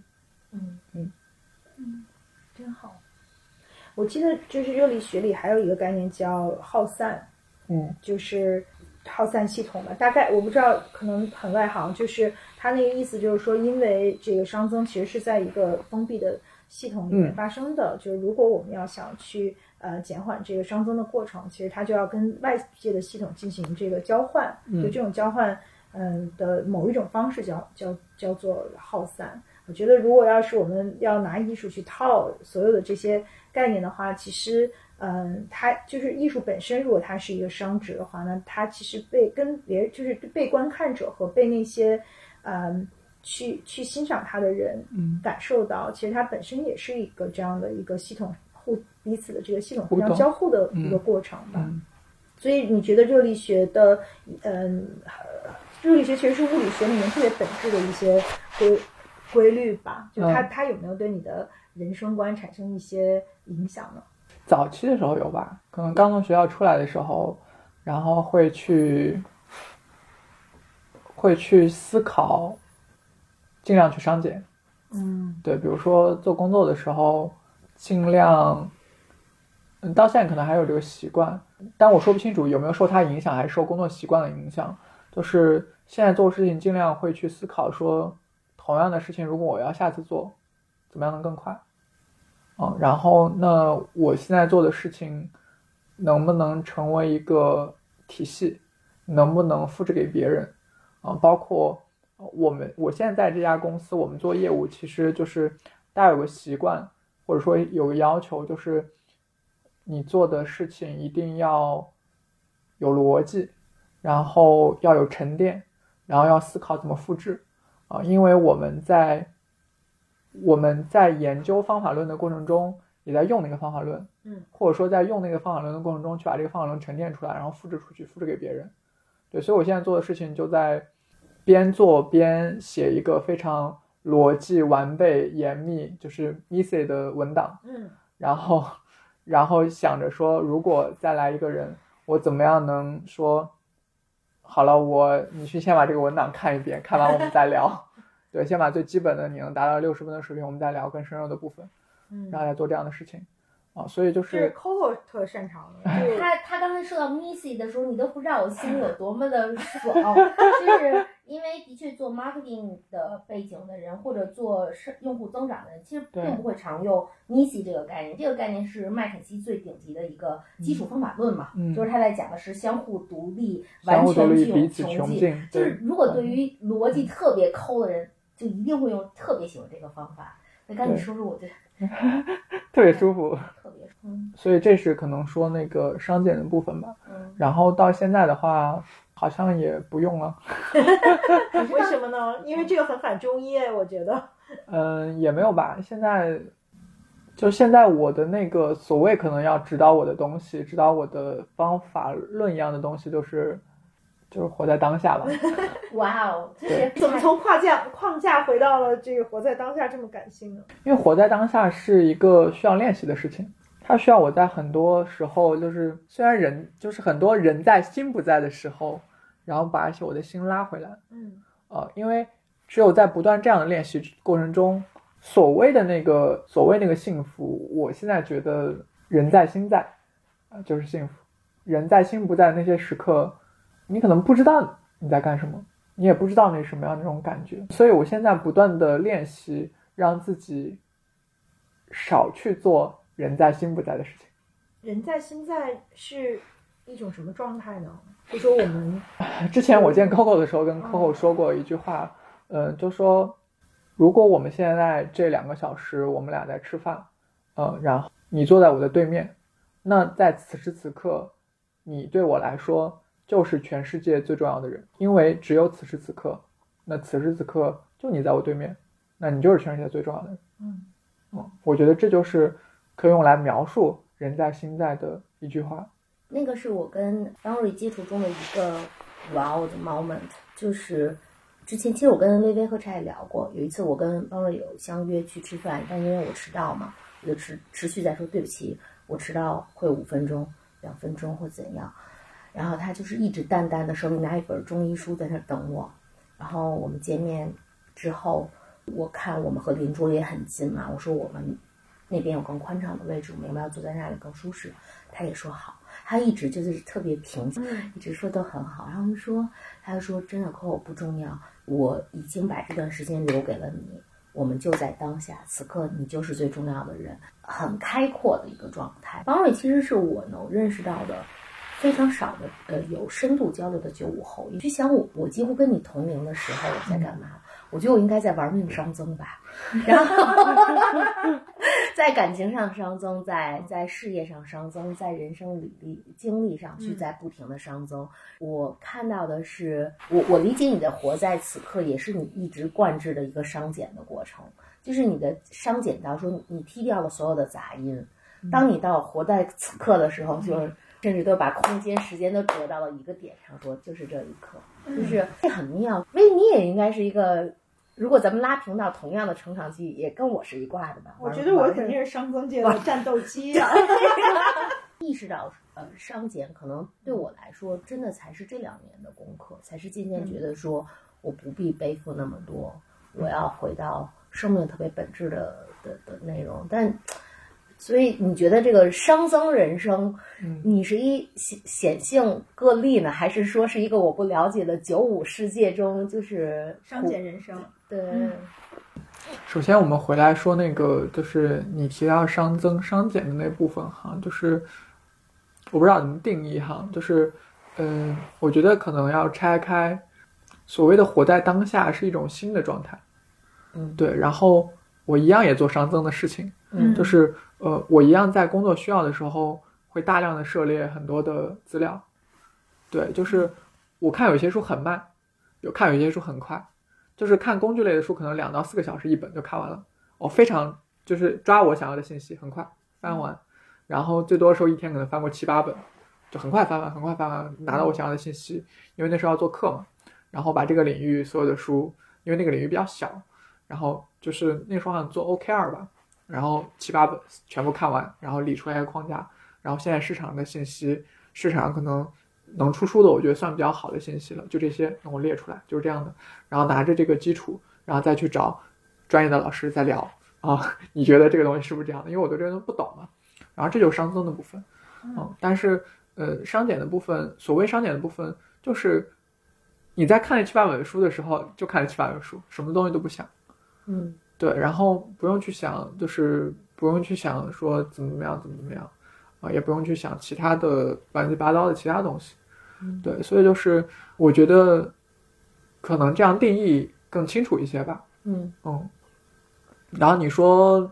Speaker 1: 真好。我记得就是热力学里还有一个概念叫耗散，就是耗散系统吧。大概我不知道，可能很外行，就是他那个意思就是说，因为这个熵增其实是在一个封闭的系统里面发生的，就是如果我们要想去减缓这个熵增的过程，其实它就要跟外界的系统进行这个交换，就这种交换的某一种方式叫做耗散。我觉得如果要是我们要拿艺术去套所有的这些概念的话，其实它就是艺术本身，如果它是一个商值的话，那它其实就是被观看者和被那些去欣赏它的人感受到，其实它本身也是一个这样的一个系统彼此的这个系统互相交互的一个过程吧。所以你觉得热力学的热力学其实是物理学里面特别本质的一些规律吧，就它有没有对你的人生观产生一些影响呢？
Speaker 3: 早期的时候有吧，可能刚从学校出来的时候，然后会去思考，尽量去商减。对，比如说做工作的时候，尽量，到现在可能还有这个习惯，但我说不清楚有没有受它影响，还是受工作习惯的影响。就是现在做事情尽量会去思考说，同样的事情如果我要下次做，怎么样能更快？然后那我现在做的事情能不能成为一个体系，能不能复制给别人？包括我现在在这家公司，我们做业务其实就是大家有个习惯，或者说有个要求，就是你做的事情一定要有逻辑，然后要有沉淀，然后要思考怎么复制因为我们在研究方法论的过程中，也在用那个方法论，或者说在用那个方法论的过程中，去把这个方法论沉淀出来，然后复制出去，复制给别人。对，所以我现在做的事情就在边做边写一个非常逻辑完备、严密，就是 MISI 的文档，然后想着说，如果再来一个人，我怎么样能说好了，你去先把这个文档看一遍，看完我们再聊。对，先把最基本的你能达到60分的水平，我们再聊更深入的部分，然后再做这样的事情所以就是
Speaker 1: 这是 Coco 特擅长的。
Speaker 2: 他刚才说到 MISI 的时候，你都不知道我心里有多么的爽，就是因为的确做 marketing 的背景的人，或者做用户增长的人，其实并不会常用 MISI 这个概念。这个概念是麦肯锡最顶级的一个基础方法论嘛，就是他在讲的是相互独立、完全具有穷尽。就是如果对于逻辑特别抠的人，就一定会用特别喜欢这个方法。那赶紧说说，我觉得
Speaker 3: 特别舒服，
Speaker 2: 特别舒服。
Speaker 3: 所以这是可能说那个商减的部分吧。然后到现在的话，好像也不用了。
Speaker 1: 为什么呢？因为这个很反中医，我觉得。
Speaker 3: 也没有吧。现在我的那个所谓可能要指导我的东西，指导我的方法论一样的东西，就是就是活在当下吧。
Speaker 2: 哇哦，
Speaker 1: 怎么从框架回到了这个活在当下这么感性呢？
Speaker 3: 因为活在当下是一个需要练习的事情，它需要我在很多时候，就是虽然人就是很多人在心不在的时候，然后把我的心拉回来。因为只有在不断这样的练习过程中，所谓那个幸福，我现在觉得人在心在就是幸福。人在心不在的那些时刻，你可能不知道你在干什么，你也不知道那是什么样的那种感觉。所以我现在不断的练习，让自己少去做人在心不在的事情。
Speaker 1: 人在心在是一种什么状态呢？就说我们
Speaker 3: 之前我见 Coco 的时候跟 Coco 说过一句话，就说如果我们现在这2个小时我们俩在吃饭，然后你坐在我的对面，那在此时此刻你对我来说就是全世界最重要的人，因为只有此时此刻，那此时此刻就你在我对面，那你就是全世界最重要的人。我觉得这就是可以用来描述人在心在的一句话。
Speaker 2: 那个是我跟方瑞接触中的一个 wow 的 moment， 就是之前其实我跟薇薇和柴也聊过，有一次我跟方瑞有相约去吃饭，但因为我迟到嘛，我就持续在说对不起，我迟到会5分钟、2分钟或怎样，然后他就是一直淡淡的手里拿一本中医书在那等我，然后我们见面之后，我看我们和邻桌也很近嘛，我说我们那边有更宽敞的位置，我们要不要坐在那里更舒适，他也说好，他一直就是特别平静，一直说都很好。然后他就说真的Coco不重要，我已经把这段时间留给了你，我们就在当下，此刻你就是最重要的人，很开阔的一个状态。方瑞其实是我能认识到的非常少的有深度交流的95后。你去想我几乎跟你同龄的时候我在干嘛？我觉得我应该在玩命熵增吧，然后在感情上熵增，在事业上熵增，在人生经历上去在不停的熵增。我看到的是，我理解你的活在此刻，也是你一直贯制的一个熵减的过程，就是你的熵减到说你踢掉了所有的杂音，当你到活在此刻的时候，就是甚至都把空间时间都折到了一个点上，说就是这一刻，就是这很妙。所以你也应该是一个，如果咱们拉平到同样的成长期，也跟我是一挂的吧？
Speaker 1: 我觉得我肯定是熵增界的战斗机啊！
Speaker 2: 意识到熵减可能对我来说，真的才是这2年的功课，才是渐渐觉得说我不必背负那么多，我要回到生命特别本质的内容。但所以你觉得这个熵增人生，你是一显性个例呢，还是说是一个我不了解的95世界中就是
Speaker 1: 熵减人生？
Speaker 2: 对。
Speaker 3: 首先我们回来说那个就是你提到熵增熵减的那部分哈，就是我不知道怎么定义哈，就是我觉得可能要拆开所谓的活在当下是一种新的状态。对，然后我一样也做熵增的事情，就是我一样在工作需要的时候会大量的涉猎很多的资料。对，就是我看有些书很慢，看有些书很快，就是看工具类的书可能2到4个小时一本就看完了，非常就是抓我想要的信息很快翻完，然后最多的时候一天可能翻过7、8本，就很快翻完拿到我想要的信息。因为那时候要做课嘛，然后把这个领域所有的书，因为那个领域比较小，然后就是那时候好像做 OKR 吧，然后7、8本全部看完，然后理出来一个框架。然后现在市场的信息，市场上可能能出书的我觉得算比较好的信息了，就这些能我列出来，就是这样的。然后拿着这个基础，然后再去找专业的老师再聊你觉得这个东西是不是这样的？因为我对这个东西不懂嘛。然后这就是熵增的部分。但是熵减的部分，所谓熵减的部分，就是你在看那7、8本书的时候就看那7、8本书，什么东西都不想。对，然后不用去想，就是不用去想说怎么样也不用去想其他的乱七八糟的其他东西。对，所以就是我觉得可能这样定义更清楚一些吧。然后你说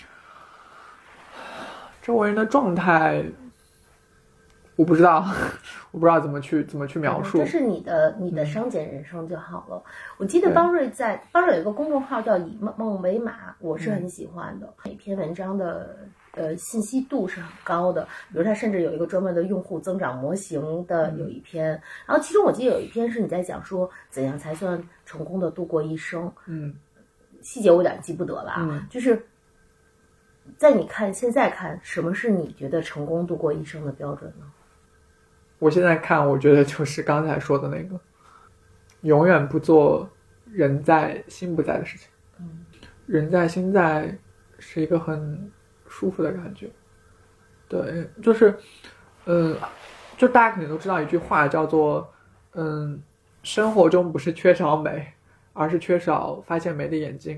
Speaker 3: 周围人的状态，我不知道怎么去描述。
Speaker 2: 这是你的熵减人生就好了。我记得方瑞有一个公众号叫以梦为马，我是很喜欢的。每篇文章的信息度是很高的，比如它甚至有一个专门的用户增长模型的有一篇，然后其中我记得有一篇是你在讲说怎样才算成功的度过一生，细节我有点记不得了，就是在你现在看，什么是你觉得成功度过一生的标准呢？
Speaker 3: 我现在看，我觉得就是刚才说的那个，永远不做人在心不在的事情。人在心在是一个很舒服的感觉。对，就是就大家肯定都知道一句话叫做生活中不是缺少美，而是缺少发现美的眼睛。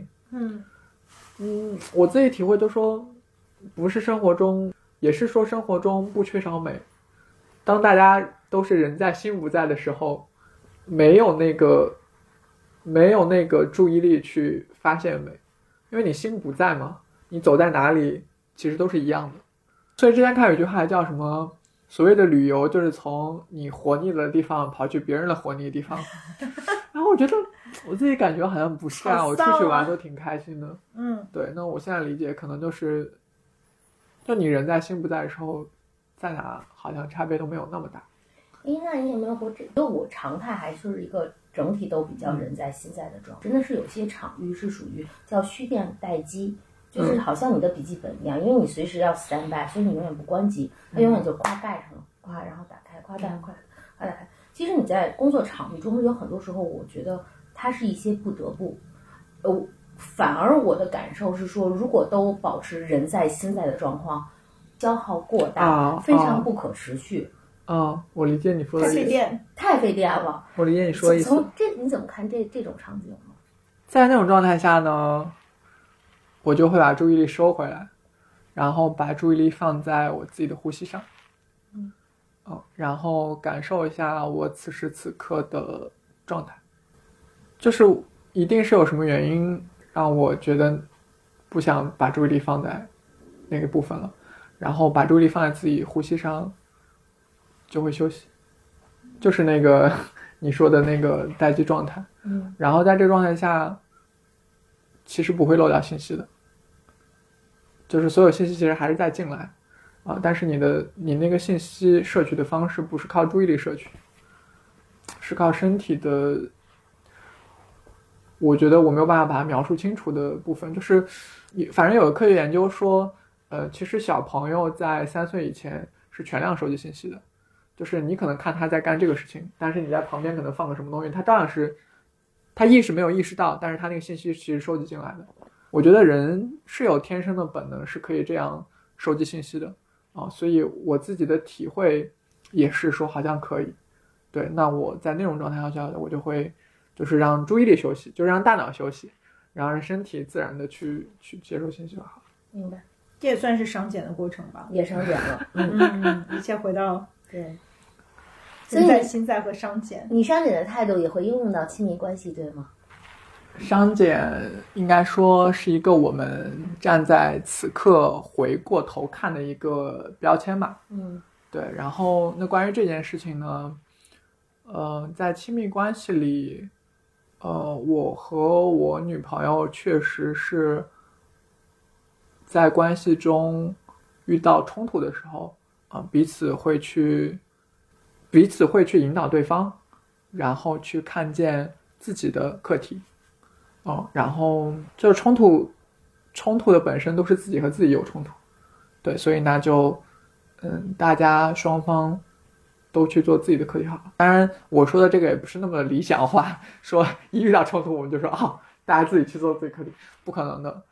Speaker 3: 我自己体会就说，不是生活中，也是说生活中不缺少美。当大家都是人在心不在的时候，没有那个注意力去发现美，因为你心不在嘛，你走在哪里其实都是一样的。所以之前看有一句话叫什么，所谓的旅游就是从你活腻了的地方跑去别人的活腻的地方。然后我觉得我自己感觉好像不是我出去玩都挺开心的。对，那我现在理解可能就是就你人在心不在的时候，在哪好像差别都没有那么大。
Speaker 2: 那你有没有过我常态还是一个整体都比较人在心在的状态，真的是有些场域是属于叫虚电待机，就是好像你的笔记本一样，因为你随时要 stand by， 所以你永远不关机，它永远就夸盖上了，夸然后打开，夸盖，夸打开。其实你在工作场域中有很多时候，我觉得它是一些不得不，反而我的感受是说，如果都保持人在心在的状况，消耗过大，非常不可持续。
Speaker 3: 我理解你说的意思。
Speaker 2: 太费电了。
Speaker 3: 我理解你说的意思。
Speaker 2: 你怎么看这种场景呢？
Speaker 3: 在那种状态下呢，我就会把注意力收回来，然后把注意力放在我自己的呼吸上。然后感受一下我此时此刻的状态，就是一定是有什么原因让我觉得不想把注意力放在那个部分了，然后把注意力放在自己呼吸上，就会休息，就是那个你说的那个待机状态。然后在这个状态下其实不会漏掉信息的，就是所有信息其实还是在进来但是你那个信息摄取的方式不是靠注意力摄取，是靠身体的，我觉得我没有办法把它描述清楚的部分，就是反正有个科学研究说其实小朋友在3岁以前是全量收集信息的，就是你可能看他在干这个事情，但是你在旁边可能放个什么东西，他照样是他没有意识到，但是他那个信息其实收集进来的。我觉得人是有天生的本能是可以这样收集信息的所以我自己的体会也是说好像可以。对，那我在那种状态下我就会就是让注意力休息，就是让大脑休息，然后让身体自然的去接受信息就好。
Speaker 2: 明白。
Speaker 1: 这也算是商检的过程吧，
Speaker 2: 也商检了。
Speaker 1: 一切回到
Speaker 2: 对
Speaker 1: 心在和商检。
Speaker 2: 你商检的态度也会应用到亲密关系，对吗？
Speaker 3: 商检应该说是一个我们站在此刻回过头看的一个标签吧。对。然后那关于这件事情呢，在亲密关系里，我和我女朋友确实是在关系中遇到冲突的时候彼此会去引导对方，然后去看见自己的课题。然后就是冲突的本身都是自己和自己有冲突。对，所以那就大家双方都去做自己的课题好了。当然我说的这个也不是那么理想化，说一遇到冲突我们就说大家自己去做自己课题，不可能的。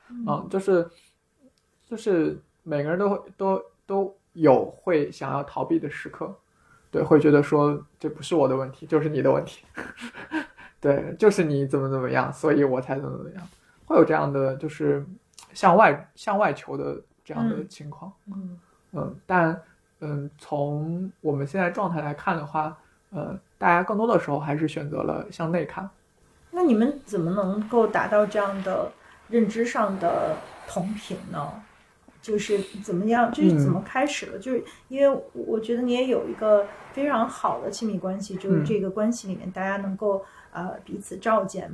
Speaker 3: 就是每个人都有会想要逃避的时刻。对，会觉得说这不是我的问题，就是你的问题。对，就是你怎么样，所以我才怎么样，会有这样的就是向外求的这样的情况。但从我们现在状态来看的话，大家更多的时候还是选择了向内看。
Speaker 1: 那你们怎么能够达到这样的认知上的同频呢？就是怎么样，就是怎么开始了？就是因为我觉得你也有一个非常好的亲密关系，就是这个关系里面大家能够彼此照见吧。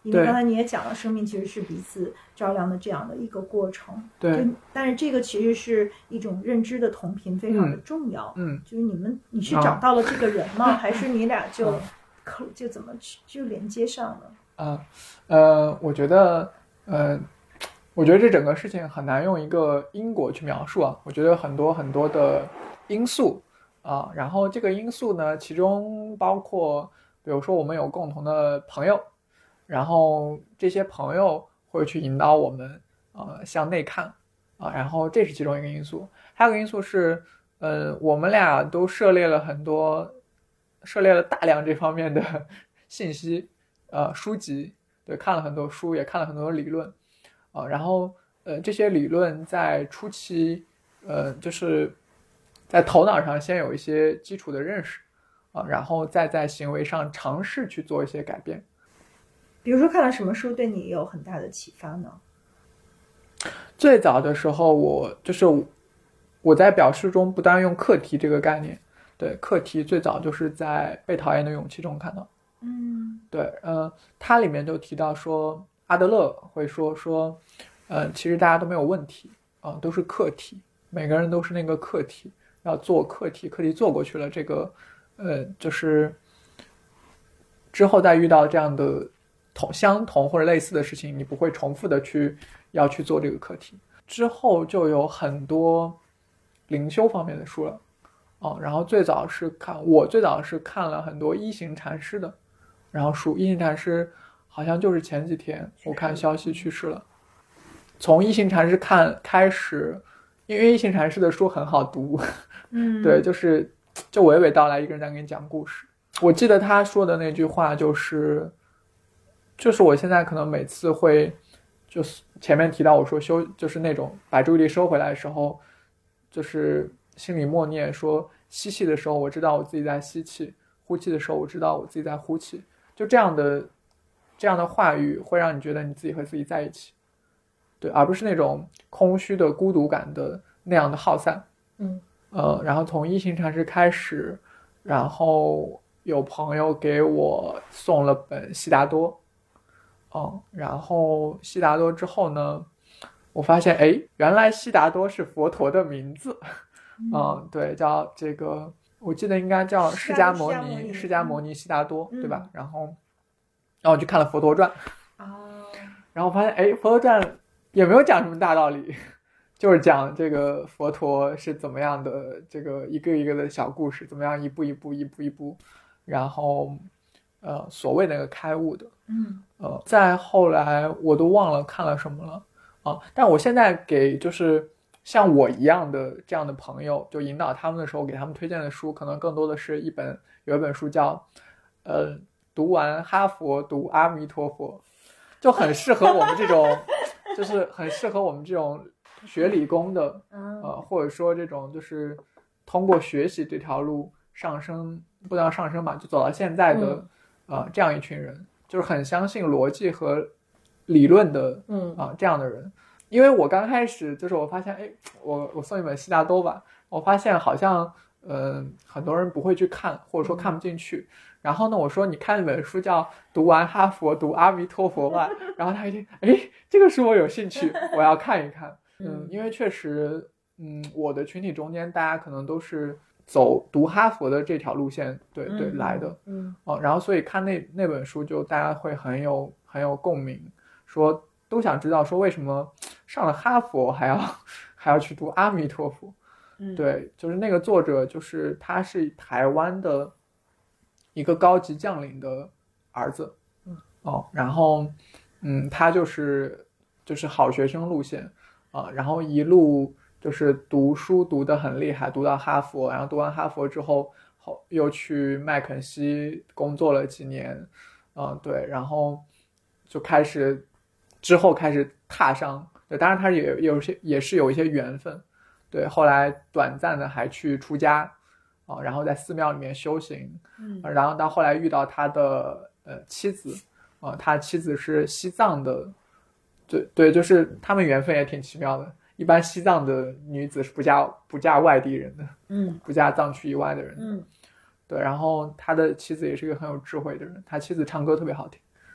Speaker 1: 因为刚才你也讲了，生命其实是彼此照亮的这样的一个过程。
Speaker 3: 对，
Speaker 1: 但是这个其实是一种认知的同频，非常的重要。就是你是找到了这个人吗？还是你俩就怎么就连接上了？
Speaker 3: 我觉得这整个事情很难用一个因果去描述啊。我觉得很多很多的因素啊，然后这个因素呢，其中包括比如说我们有共同的朋友，然后这些朋友会去引导我们向内看啊，然后这是其中一个因素。还有一个因素是我们俩都涉猎了大量这方面的信息书籍，对，看了很多书，也看了很多理论然后这些理论在初期就是在头脑上先有一些基础的认识然后再在行为上尝试去做一些改变。
Speaker 1: 比如说看了什么书对你有很大的启发呢？
Speaker 3: 最早的时候我在表示中不断用课题这个概念，对，课题最早就是在《被讨厌的勇气》中看到。对，它里面就提到说，阿德勒会说其实大家都没有问题都是课题，每个人都是那个课题，要做课题做过去了，这个就是之后再遇到这样的相同或者类似的事情，你不会重复的要去做这个课题。之后就有很多灵修方面的书了然后我最早是看了很多一行禅师的然后书。一行禅师好像就是前几天我看消息去世了。从一行禅师开始，因为一行禅师的书很好读对，就娓娓道来，一个人在给你讲故事。我记得他说的那句话就是我现在可能每次会就是前面提到我说就是那种把注意力收回来的时候，就是心里默念说，吸气的时候我知道我自己在吸气，呼气的时候我知道我自己在呼气，就这样的话语会让你觉得你自己和自己在一起，对，而不是那种空虚的孤独感的那样的耗散。然后从一行禅师开始，然后有朋友给我送了本悉达多然后悉达多之后呢，我发现原来悉达多是佛陀的名字对，叫这个我记得应该叫释迦牟尼悉达多对吧？然后我去看了佛陀传然后发现佛陀传也没有讲什么大道理，就是讲这个佛陀是怎么样的这个一个一个的小故事，怎么样一步一步然后所谓那个开悟的再后来我都忘了看了什么了但我现在给就是像我一样的这样的朋友，就引导他们的时候给他们推荐的书可能更多的是有一本书叫读完哈佛读阿弥陀佛，就很适合我们这种就是很适合我们这种学理工的或者说这种就是通过学习这条路上升，不能上升吧，就走到现在的这样一群人，就是很相信逻辑和理论的这样的人。因为我刚开始就是我发现我送一本悉达多吧，我发现好像很多人不会去看，或者说看不进去然后呢我说你看一本书叫读完哈佛读阿弥陀佛吧然后他一听这个书我有兴趣，我要看一看因为确实我的群体中间大家可能都是走读哈佛的这条路线对来的然后所以看那本书就大家会很有共鸣，说都想知道说为什么上了哈佛还要去读阿弥陀佛对，就是那个作者就是他是台湾的一个高级将领的儿子然后他就是好学生路线然后一路就是读书读得很厉害，读到哈佛，然后读完哈佛之后又去麦肯锡工作了几年对，然后就之后开始踏上对，当然他也是有一些缘分对，后来短暂的还去出家然后在寺庙里面修行然后到后来遇到他的妻子他妻子是西藏的对，就是他们缘分也挺奇妙的，一般西藏的女子是不嫁外地人的不嫁藏区以外的人对，然后他的妻子也是一个很有智慧的人，他妻子唱歌特别好听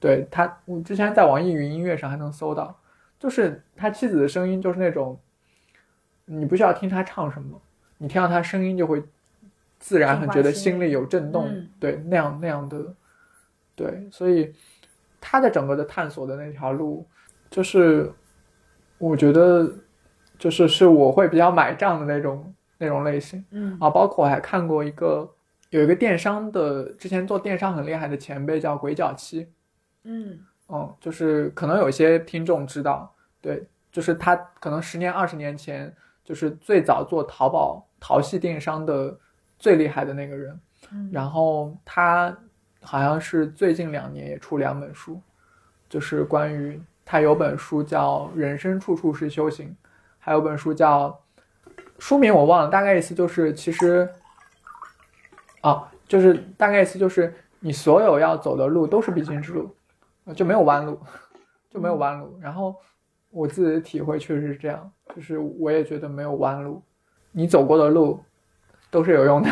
Speaker 3: 对他，我之前在网易云音乐上还能搜到，就是他妻子的声音就是那种，你不需要听他唱什么，你听到他声音就会自然很觉得心里有震动，对，那样的，对，所以他的整个的探索的那条路，就是我觉得是我会比较买账的那种类型，包括我还看过有一个电商的，之前做电商很厉害的前辈叫鬼脚七，就是可能有些听众知道，对，就是他可能10年20年前就是最早做淘宝淘系电商的最厉害的那个人，然后他好像是最近2年也出2本书，就是关于他有本书叫《人生处处是修行》，还有本书叫书名我忘了，大概意思就是其实就是大概意思就是你所有要走的路都是必经之路，就没有弯路，然后我自己的体会确实是这样，就是我也觉得没有弯路，你走过的路都是有用的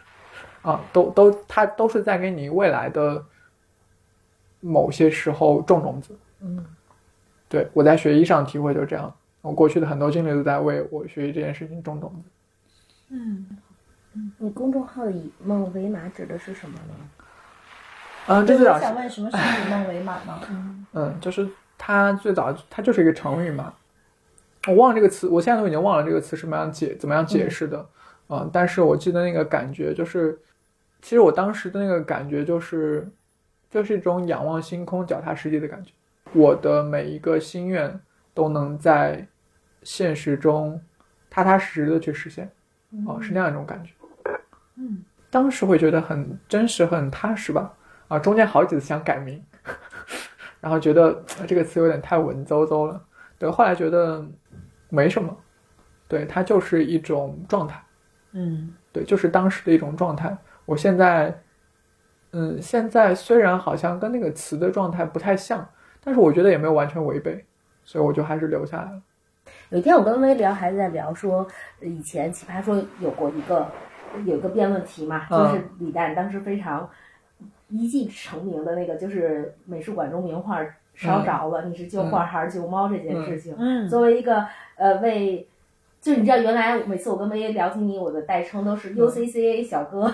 Speaker 3: 它都是在给你未来的某些时候种种子。对，我在学医上体会就是这样，我过去的很多经历都在为我学习这件事情种种子。
Speaker 2: 你公众号以梦为马指的是什么呢？
Speaker 1: 这我想问什么是以梦为马呢？
Speaker 3: 就是它最早它就是一个成语嘛，我忘了这个词，我现在都已经忘了这个词是怎么样解释的，但是我记得那个感觉就是，其实我当时的那个感觉就是一种仰望星空、脚踏实地的感觉，我的每一个心愿都能在现实中踏踏实实的去实现，是那样一种感觉。当时会觉得很真实很踏实吧，中间好几次想改名然后觉得这个词有点太文绉绉了，对，后来觉得没什么，对，它就是一种状态，对，就是当时的一种状态。我现在虽然好像跟那个词的状态不太像，但是我觉得也没有完全违背，所以我就还是留下来了。
Speaker 2: 有一天我跟薇聊，还在聊说以前奇葩说有个辩论题嘛，就是李诞当时非常一骑成名的那个，就是美术馆中名画烧着了，你是救画还是救猫这件事情。作为一个就你知道，原来每次我跟薇聊天，我的代称都是 UCCA 小哥，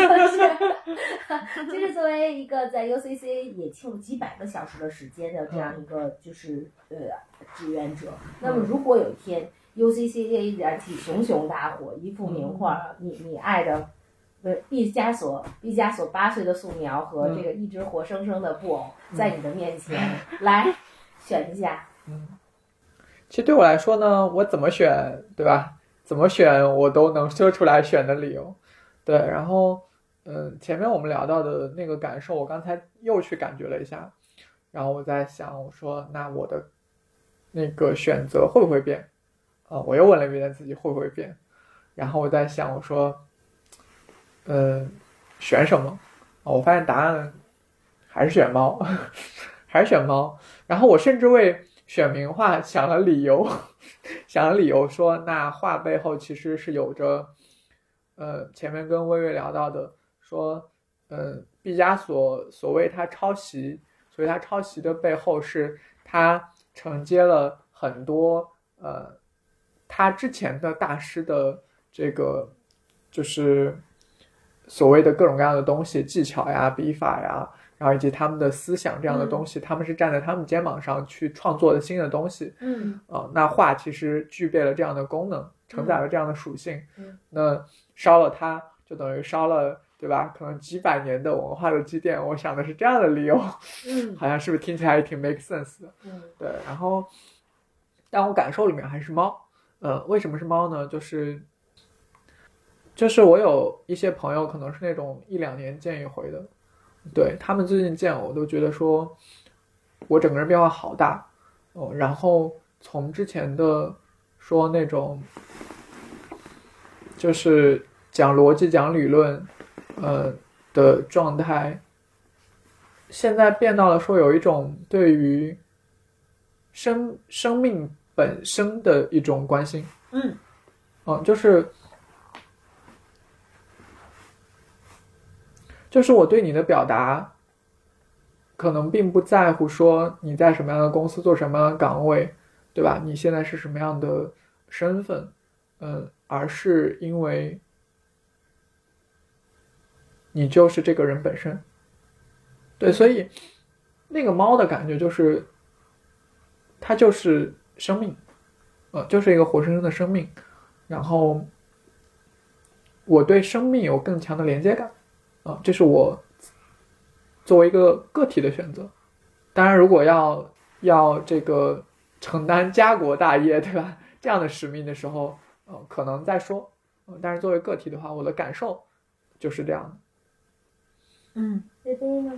Speaker 2: 就是作为一个在 UCCA 也听了几百个小时的时间的这样一个就是志愿者。那么如果有一天 UCCA 燃起熊熊大火，一幅名画，你爱的毕加索8岁的素描和这个一只活生生的布偶在你的面前，来选一下。
Speaker 3: 其实对我来说呢，我怎么选，对吧？怎么选我都能说出来选的理由。对，然后前面我们聊到的那个感受，我刚才又去感觉了一下，然后我在想，我说那我的那个选择会不会变？我又问了一遍自己会不会变，然后我在想，我说选什么？我发现答案还是选猫，还是选猫。然后我甚至为选名画想了理由说，那画背后其实是有着前面跟薇薇聊到的，说毕加索所谓他抄袭的背后是他承接了很多他之前的大师的这个就是所谓的各种各样的东西，技巧呀、笔法呀，然后以及他们的思想这样的东西，他们是站在他们肩膀上去创作的新的东西。那画其实具备了这样的功能，承载了这样的属性。那烧了它，就等于烧了，对吧？可能几百年的文化的积淀。我想的是这样的理由，好像是不是听起来也挺 make sense 的？对。然后，但我感受里面还是猫。为什么是猫呢？就是我有一些朋友可能是那种1-2年见一回的，对，他们最近见我都觉得说我整个人变化好大然后从之前的说那种就是讲逻辑讲理论的状态，现在变到了说有一种对于生命本身的一种关心。就是我对你的表达可能并不在乎说你在什么样的公司做什么样的岗位，对吧？你现在是什么样的身份，而是因为你就是这个人本身。对，所以那个猫的感觉就是它就是生命，就是一个活生生的生命，然后我对生命有更强的连接感，这是我作为一个个体的选择。当然如果要这个承担家国大业，对吧，这样的使命的时候，可能再说，但是作为个体的话，我的感受就是这样的。
Speaker 2: 菲菲呢？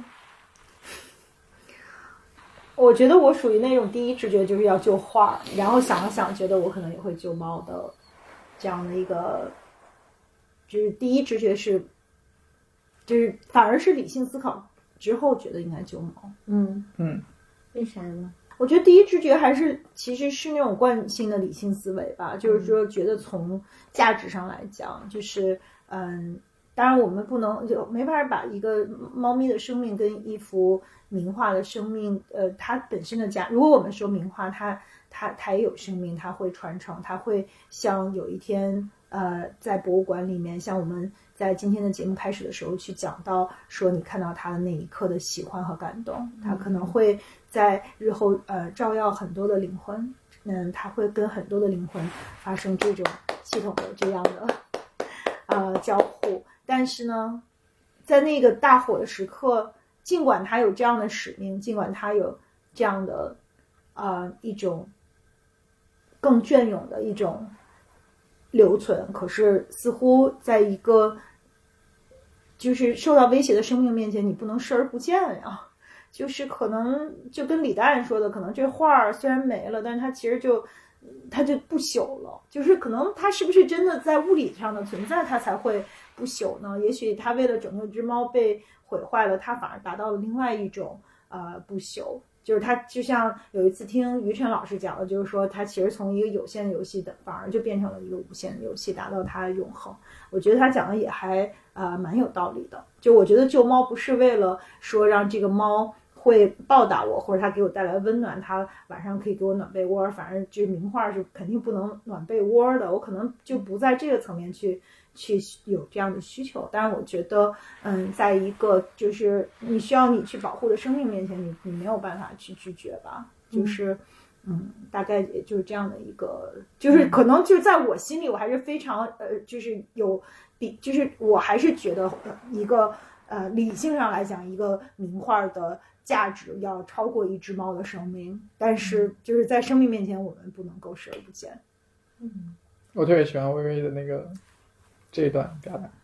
Speaker 1: 我觉得我属于那种第一直觉就是要救画，然后想了想，觉得我可能也会救猫的这样的一个，就是第一直觉是，就是反而是理性思考之后觉得应该救猫。
Speaker 2: 为啥呢？
Speaker 1: 我觉得第一直觉还是其实是那种惯性的理性思维吧，就是说觉得从价值上来讲，就是当然我们不能就没法把一个猫咪的生命跟一幅名画的生命，它本身的价，如果我们说名画它也有生命，它会传承，它会像有一天在博物馆里面，像我们在今天的节目开始的时候去讲到说你看到它的那一刻的喜欢和感动，它可能会在日后照耀很多的灵魂，它会跟很多的灵魂发生这种系统的这样的交互。但是呢，在那个大火的时刻，尽管他有这样的使命，尽管他有这样的一种更隽永的一种留存，可是似乎在一个就是受到威胁的生命面前，你不能视而不见呀。就是可能就跟李诞说的，可能这画虽然没了，但是它其实它就不朽了，就是可能它是不是真的在物理上的存在，它才会不朽呢？也许它为了拯救只猫被毁坏了，它反而达到了另外一种不朽。就是它就像有一次听于晨老师讲的，就是说它其实从一个有限的游戏的反而就变成了一个无限的游戏，达到它的永恒。我觉得他讲的也还蛮有道理的。就我觉得救猫不是为了说让这个猫会报答我，或者它给我带来温暖，它晚上可以给我暖被窝，反正这名画是肯定不能暖被窝的，我可能就不在这个层面去有这样的需求。但是我觉得在一个就是你需要你去保护的生命面前，你没有办法去拒绝吧，就是大概也就是这样的一个，就是可能就是在我心里我还是非常就是有就是我还是觉得一个理性上来讲，一个名画的价值要超过一只猫的生命，但是就是在生命面前，我们不能够视而不见。
Speaker 3: 我特别喜欢薇薇的那个这一段表达。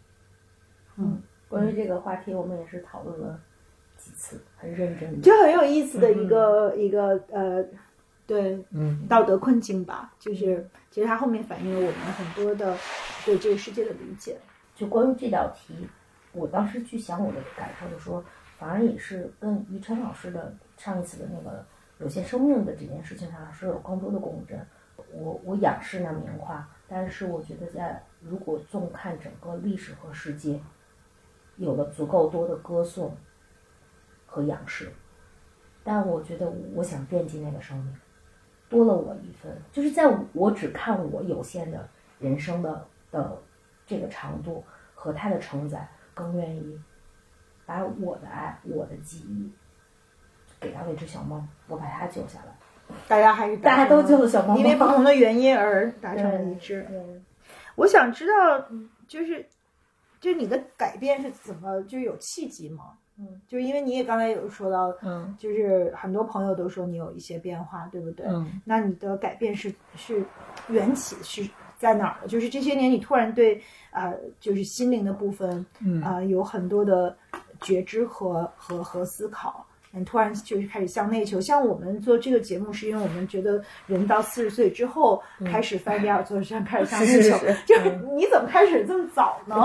Speaker 2: 关于这个话题，我们也是讨论了几次，很认真的，
Speaker 1: 就很有意思的一个对，道德困境吧，就是其实它后面反映了我们很多的对这个世界的理解。
Speaker 2: 就关于这道题，我当时去想我的感受的说，反而也是跟于晨老师的上一次的那个有限生命的这件事情上是有更多的共振。我仰视那名画，但是我觉得如果纵看整个历史和世界，有了足够多的歌颂和仰视，但我觉得我想惦记那个生命，多了我一份，就是在我只看我有限的人生的这个长度和它的承载，更愿意把我的爱、我的记忆给到那只小猫，我把它救下来。
Speaker 1: 大家
Speaker 2: 都救了小猫猫，
Speaker 1: 因为不同的原因而达成了一致。我想知道，就你的改变是怎么就有契机吗？就是因为你也刚才有说到，就是很多朋友都说你有一些变化，对不对？那你的改变是缘起是在哪儿的？就是这些年你突然对就是心灵的部分有很多的觉知和思考。你突然就是开始向内求，像我们做这个节目，是因为我们觉得人到40岁之后开始翻第二座山，开始向内求。就是你怎么开始这么早呢？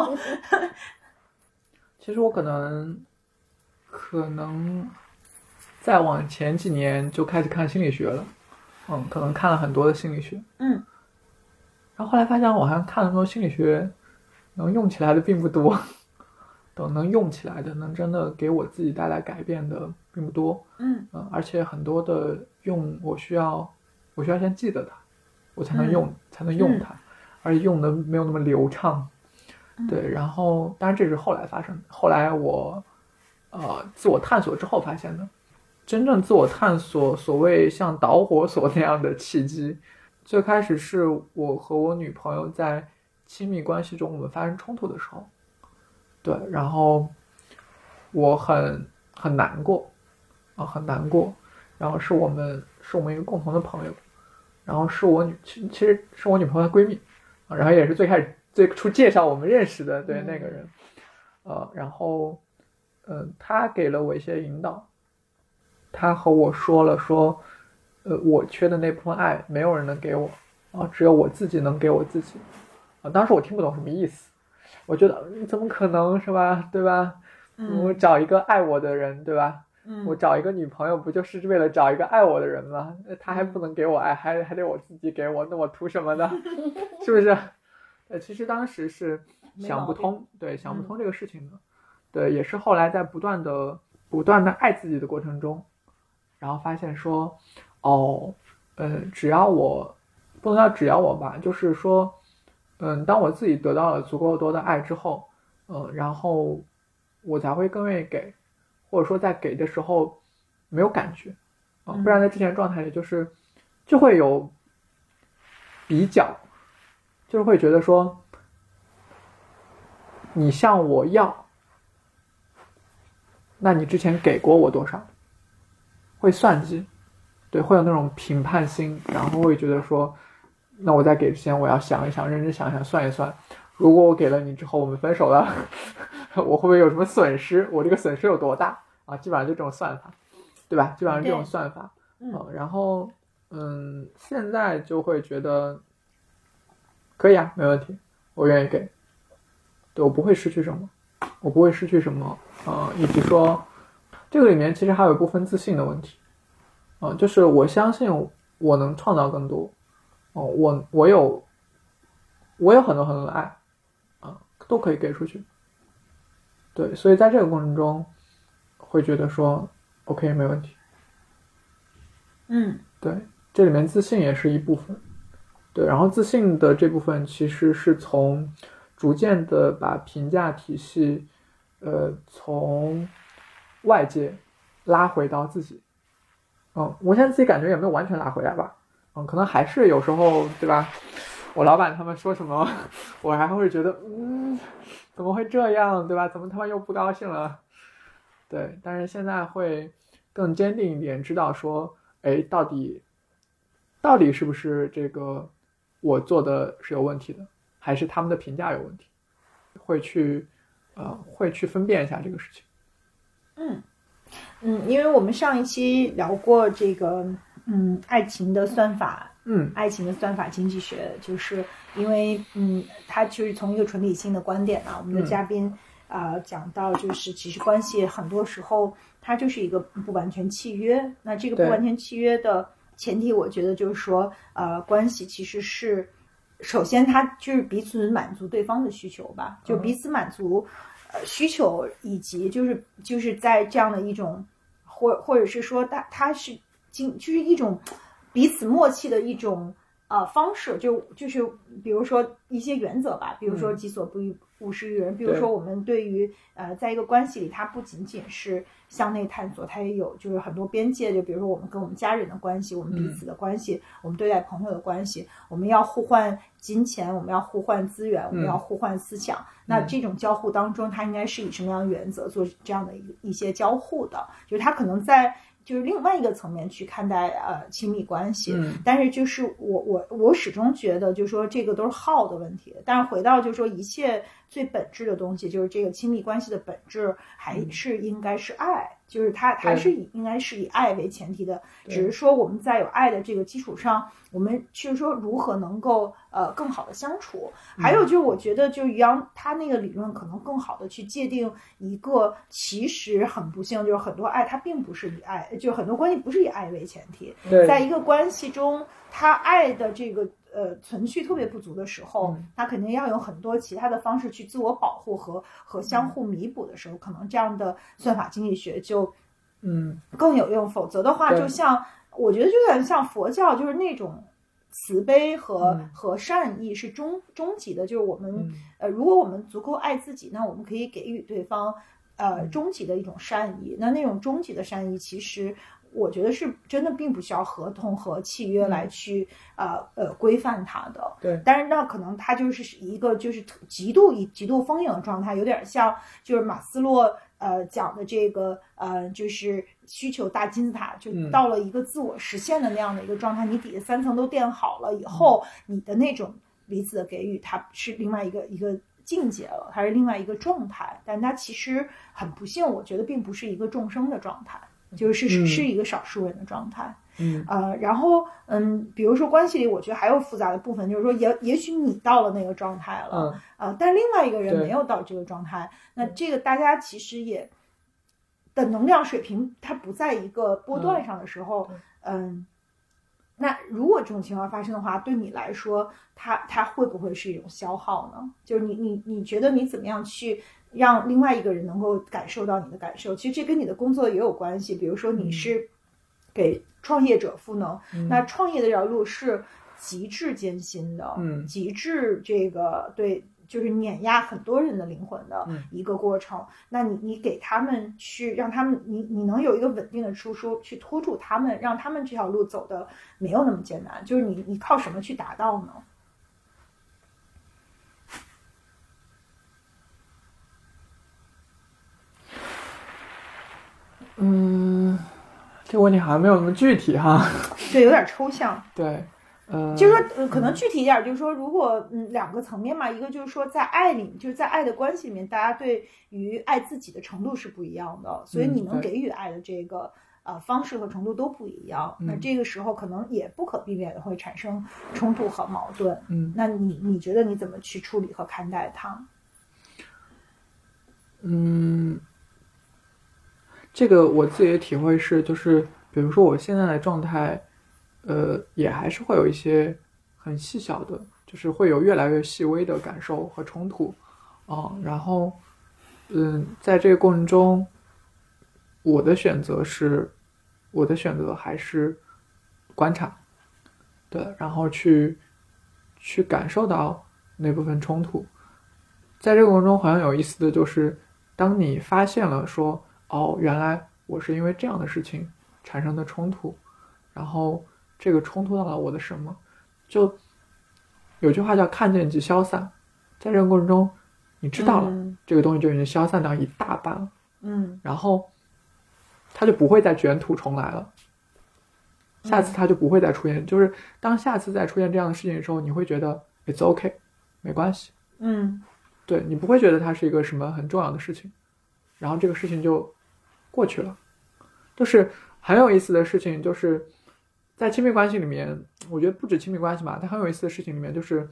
Speaker 3: 其实我可能再往前几年就开始看心理学了，可能看了很多的心理学，然后后来发现我好像看了很多心理学，能用起来的并不多， 等能用起来的，能真的给我自己带来改变的并不多。而且很多的用我需要先记得它，我才能用它，而且用的没有那么流畅。对，然后当然这是后来发生的，后来我自我探索之后发现的。真正自我探索，所谓像导火索那样的契机，最开始是我和我女朋友在亲密关系中我们发生冲突的时候。对，然后我很难过很难过，然后是我们一个共同的朋友，然后其实是我女朋友的闺蜜，然后也是最初介绍我们认识的，对，那个人。然后他给了我一些引导，他和我说了我缺的那部分爱没有人能给我只有我自己能给我自己。当时我听不懂什么意思，我觉得怎么可能，是吧？对吧？我找一个爱我的人，对吧？我找一个女朋友不就是为了找一个爱我的人吗？他还不能给我爱，还得我自己给我，那我图什么呢？是不是？其实当时是想不通，对，想不通这个事情的。对，也是后来在不断的爱自己的过程中，然后发现说，只要我不能叫只要我吧，就是说，当我自己得到了足够多的爱之后，然后我才会更愿意给，或者说在给的时候没有感觉不然在之前状态里就会有比较，就是会觉得说你向我要，那你之前给过我多少，会算计，对，会有那种评判心，然后会觉得说，那我在给之前我要想一想，认真想一想，算一算，如果我给了你之后我们分手了我会不会有什么损失，我这个损失有多大基本上就这种算法，对吧？基本上这种算法。然后现在就会觉得可以没问题，我愿意给，对，我不会失去什么，以及说这个里面其实还有一部分自信的问题，就是我相信我能创造更多，我有很多很多的爱，都可以给出去，对，所以在这个过程中会觉得说 OK 没问题，对，这里面自信也是一部分，对，然后自信的这部分其实是从逐渐的把评价体系从外界拉回到自己。我现在自己感觉也没有完全拉回来吧。可能还是有时候，对吧？我老板他们说什么，我还会觉得，怎么会这样，对吧？怎么他们又不高兴了？对，但是现在会更坚定一点，知道说，到底是不是这个我做的是有问题的，还是他们的评价有问题？会去分辨一下这个事情。
Speaker 1: 因为我们上一期聊过这个爱情的算法，爱情的算法经济学，就是因为它就是从一个纯理性的观点我们的嘉宾讲到，就是其实关系很多时候它就是一个不完全契约。那这个不完全契约的前提，我觉得就是说关系其实是首先它就是彼此满足对方的需求吧，就彼此满足需求，以及就是在这样的一种或者是说它是就是一种彼此默契的一种方式，就是比如说一些原则吧，比如说己所不欲勿施于人，比如说我们对于在一个关系里，它不仅仅是向内探索，它也有就是很多边界，就比如说我们跟我们家人的关系，我们彼此的关系，我们对待朋友的关系，我们要互换金钱，我们要互换资源，我们要互换思想，那这种交互当中，它应该是以什么样的原则做这样的一些交互的，就是它可能在就是另外一个层面去看待亲密关系，但是就是我始终觉得就是说这个都是耗的问题，但是回到就是说一切最本质的东西，就是这个亲密关系的本质还是应该是爱，就是它还是应该是以爱为前提的，只是说我们在有爱的这个基础上，我们就是说如何能够更好的相处。还有就是我觉得就是于洋他那个理论可能更好的去界定一个其实很不幸，就是很多爱它并不是以爱，就很多关系不是以爱为前提，在一个关系中他爱的这个存续特别不足的时候，他肯定要有很多其他的方式去自我保护和相互弥补的时候，可能这样的算法经济学就更有用。否则的话，就像我觉得就有点像佛教，就是那种慈悲和善意是终极的，就是我们如果我们足够爱自己，那我们可以给予对方终极的一种善意。那种终极的善意，其实我觉得是真的并不需要合同和契约来去规范它的。
Speaker 3: 对，
Speaker 1: 但是那可能它就是一个就是极度丰盈的状态，有点像就是马斯洛讲的这个就是需求大金字塔，就到了一个自我实现的那样的一个状态，你底下3层都垫好了以后，你的那种彼此的给予，它是另外一个境界了，它是另外一个状态。但它其实很不幸，我觉得并不是一个众生的状态，就是一个少数人的状态。然后比如说关系里，我觉得还有复杂的部分，就是说也许你到了那个状态了，但另外一个人没有到这个状态，那这个大家其实也的能量水平它不在一个波段上的时候，那如果这种情况发生的话，对你来说，它会不会是一种消耗呢？就是你觉得你怎么样去让另外一个人能够感受到你的感受？其实这跟你的工作也有关系。比如说你是给创业者赋能，那创业的这条路是极致艰辛的，极致这个对。就是碾压很多人的灵魂的一个过程。那你给他们去让他们你能有一个稳定的输出去拖住他们，让他们这条路走的没有那么艰难。就是你靠什么去达到呢？
Speaker 3: 这个问题好像没有那么具体哈。
Speaker 1: 对，有点抽象。
Speaker 3: 对。
Speaker 1: 就是说可能具体一点，就是说如果2个层面嘛，一个就是说在爱里，就是在爱的关系里面，大家对于爱自己的程度是不一样的，所以你能给予爱的这个方式和程度都不一样。那这个时候可能也不可避免的会产生冲突和矛盾。那你觉得你怎么去处理和看待它？
Speaker 3: 这个我自己的体会是，就是比如说我现在的状态。也还是会有一些很细小的，就是会有越来越细微的感受和冲突，然后，在这个过程中，我的选择还是观察，对，然后去感受到那部分冲突。在这个过程中，好像有意思的就是，当你发现了说，原来我是因为这样的事情产生的冲突，然后。这个冲突到了我的什么？就有句话叫看见即消散，在这个过程中，你知道了，这个东西就已经消散掉一大半了，然后它就不会再卷土重来了，下次它就不会再出现。就是当下次再出现这样的事情的时候，你会觉得 it's okay， 没关系，对，你不会觉得它是一个什么很重要的事情，然后这个事情就过去了。就是很有意思的事情，就是在亲密关系里面，我觉得不止亲密关系嘛，它很有意思的事情里面，就是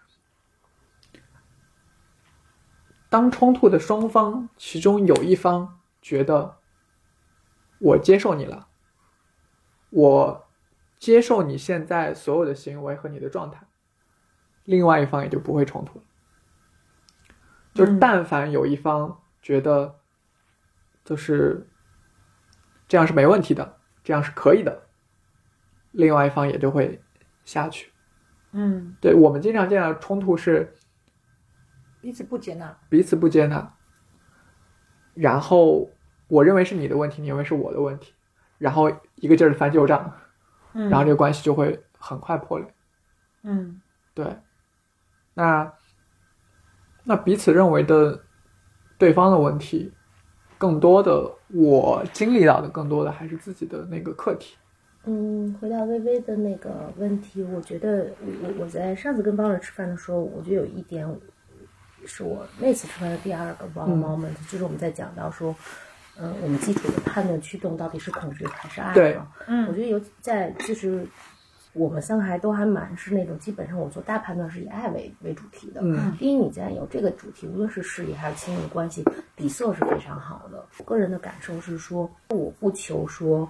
Speaker 3: 当冲突的双方其中有一方觉得我接受你了，我接受你现在所有的行为和你的状态，另外一方也就不会冲突了。就是但凡有一方觉得就是这样是没问题的，这样是可以的，另外一方也就会下去。对，我们经常见到的冲突是
Speaker 1: 彼此不接纳，
Speaker 3: 然后我认为是你的问题，你认为是我的问题，然后一个劲儿的翻旧账，然后这个关系就会很快破裂。对，那彼此认为的对方的问题，更多的我经历到的更多的还是自己的那个课题。
Speaker 2: 回到微微的那个问题，我觉得我在上次跟帮人吃饭的时候，我觉得有一点是我那次吃饭的第二个 wow moment，就是我们在讲到说我们基础的判断驱动到底是恐惧还是爱。
Speaker 3: 对，
Speaker 2: 我觉得在就是我们三个还都还蛮是那种基本上我做大判断是以爱为主题的。第一，你既然有这个主题，无论是事业还是亲密关系，底色是非常好的。我个人的感受是说，我不求说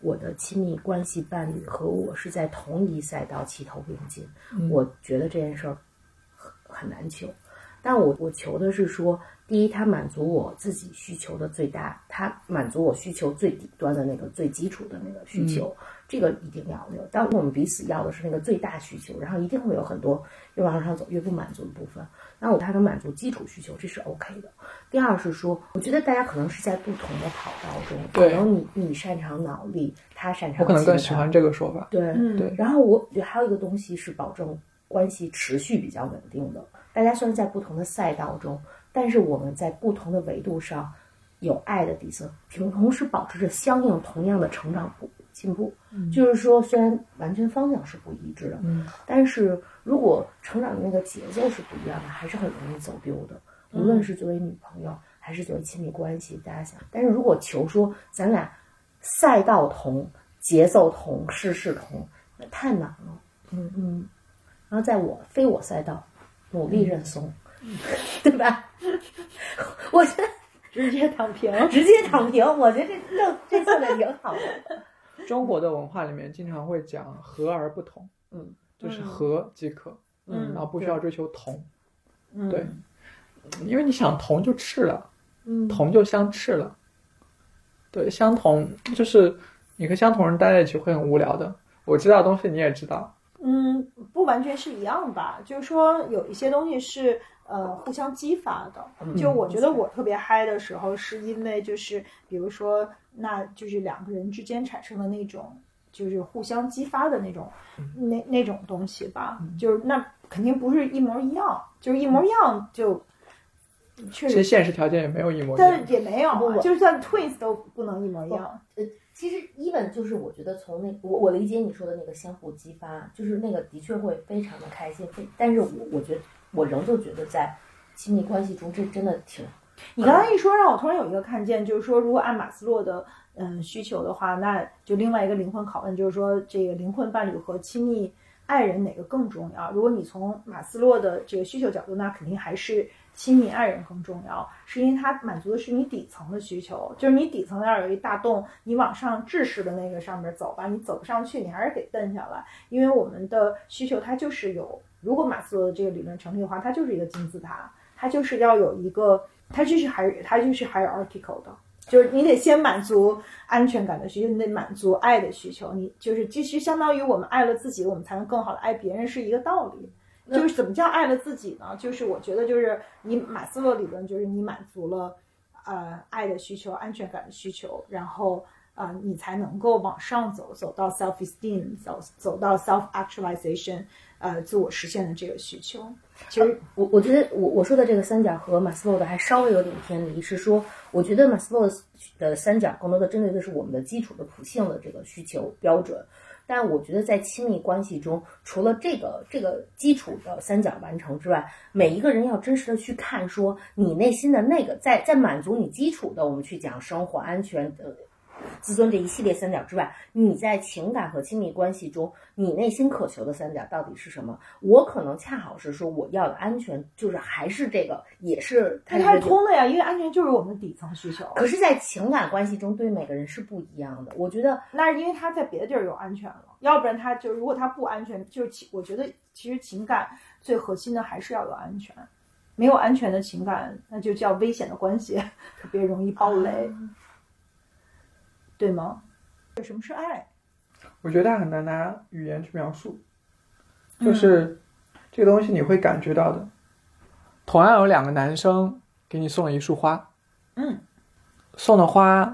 Speaker 2: 我的亲密关系伴侣和我是在同一赛道齐头并进，我觉得这件事儿很难求。但我求的是说，第一，他满足我自己需求的最大，他满足我需求最底端的那个最基础的那个需求，这个一定要有。当我们彼此要的是那个最大需求，然后一定会有很多越往上走越不满足的部分。那他能满足基础需求，这是 OK 的。第二是说，我觉得大家可能是在不同的跑道中，可能你擅长脑力，他擅长，
Speaker 3: 我可能更喜欢这个说法。
Speaker 2: 对，对。然后我觉得还有一个东西是保证关系持续比较稳定的。大家虽然在不同的赛道中，但是我们在不同的维度上有爱的底色，同时保持着相应同样的成长进步。就是说，虽然完全方向是不一致的，但是如果成长的那个节奏是不一样的，还是很容易走丢的。无论是作为女朋友还是作为亲密关系，大家想，但是如果求说咱俩赛道同、节奏同、事同，那太难了。然后在非我赛道努力认怂，对吧？我觉得
Speaker 1: 直接躺平，
Speaker 2: 我觉得这做的挺好的。
Speaker 3: 中国的文化里面经常会讲和而不同，就是和即可，然后不需要追求同，对，因为你想同就赤了，同就相斥了，对，相同就是你和相同人待在一起会很无聊的，我知道的东西你也知道。
Speaker 1: 不完全是一样吧，就是说有一些东西是互相激发的。就我觉得我特别嗨的时候，是因为就是比如说，那就是两个人之间产生的那种就是互相激发的那种那种东西吧。就是那肯定不是一模一样，就是一模一样就确实，
Speaker 3: 其实现实条件也没有一模一样，
Speaker 1: 但也没有，就算 twins 都不能一模一样。
Speaker 2: 其实 even 就是我觉得从我理解你说的那个相互激发，就是那个的确会非常的开心，但是我觉得我仍旧觉得在亲密关系中这真的挺。
Speaker 1: 你刚才一说，让我突然有一个看见，就是说如果按马斯洛的需求的话，那就另外一个灵魂拷问就是说，这个灵魂伴侣和亲密爱人哪个更重要？如果你从马斯洛的这个需求角度，那肯定还是亲密爱人更重要，是因为它满足的是你底层的需求，就是你底层要有一大洞，你往上制式的那个上面走吧，你走不上去，你还是得蹬下来，因为我们的需求它就是有，如果马斯洛的这个理论成立的话，它就是一个金字塔，它就是要有一个，它就是 hierarchical 的。就是你得先满足安全感的需求，你得满足爱的需求，你就是其实相当于我们爱了自己，我们才能更好的爱别人，是一个道理。就是怎么叫爱了自己呢？就是我觉得就是你马斯洛理论就是你满足了爱的需求、安全感的需求，然后你才能够往上走，走到 self esteem， 走到 self actualization， 自我实现的这个需求。其实
Speaker 2: 我觉得我说的这个三角和马斯洛的还稍微有点偏离，是说我觉得马斯洛的三角更多的针对的是我们的基础的普性的这个需求标准。但我觉得在亲密关系中，除了这个基础的三角完成之外，每一个人要真实的去看说你内心的那个在满足你基础的，我们去讲生活安全自尊这一系列三角之外，你在情感和亲密关系中你内心渴求的三角到底是什么？我可能恰好是说我要的安全就是还是这个，也是
Speaker 1: 它是通的呀，因为安全就是我们的底层需求。
Speaker 2: 可是在情感关系中对每个人是不一样的，我觉得
Speaker 1: 那是因为他在别的地儿有安全了，要不然他就如果他不安全，就是我觉得其实情感最核心的还是要有安全，没有安全的情感那就叫危险的关系，特别容易爆雷。对吗？什么是爱？
Speaker 3: 我觉得很难拿语言去描述，就是这个东西你会感觉到的。同样有两个男生给你送了一束花，送的花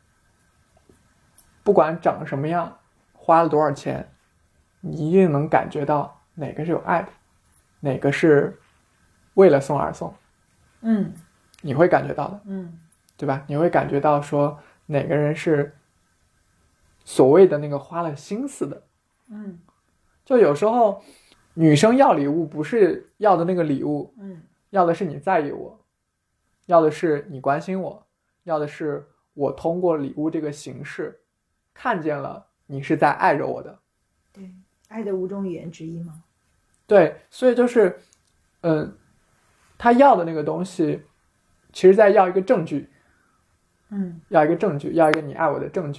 Speaker 3: 不管长什么样，花了多少钱，你一定能感觉到哪个是有爱的，哪个是为了送而送。你会感觉到的，对吧？你会感觉到说哪个人是所谓的那个花了心思的。就有时候女生要礼物不是要的那个礼物，要的是你在意我，要的是你关心我，要的是我通过礼物这个形式看见了你是在爱着我的。
Speaker 1: 对，爱的5种语言之一吗？
Speaker 3: 对，所以就是他要的那个东西其实在要一个证据，要一个证据，要一个你爱我的证据。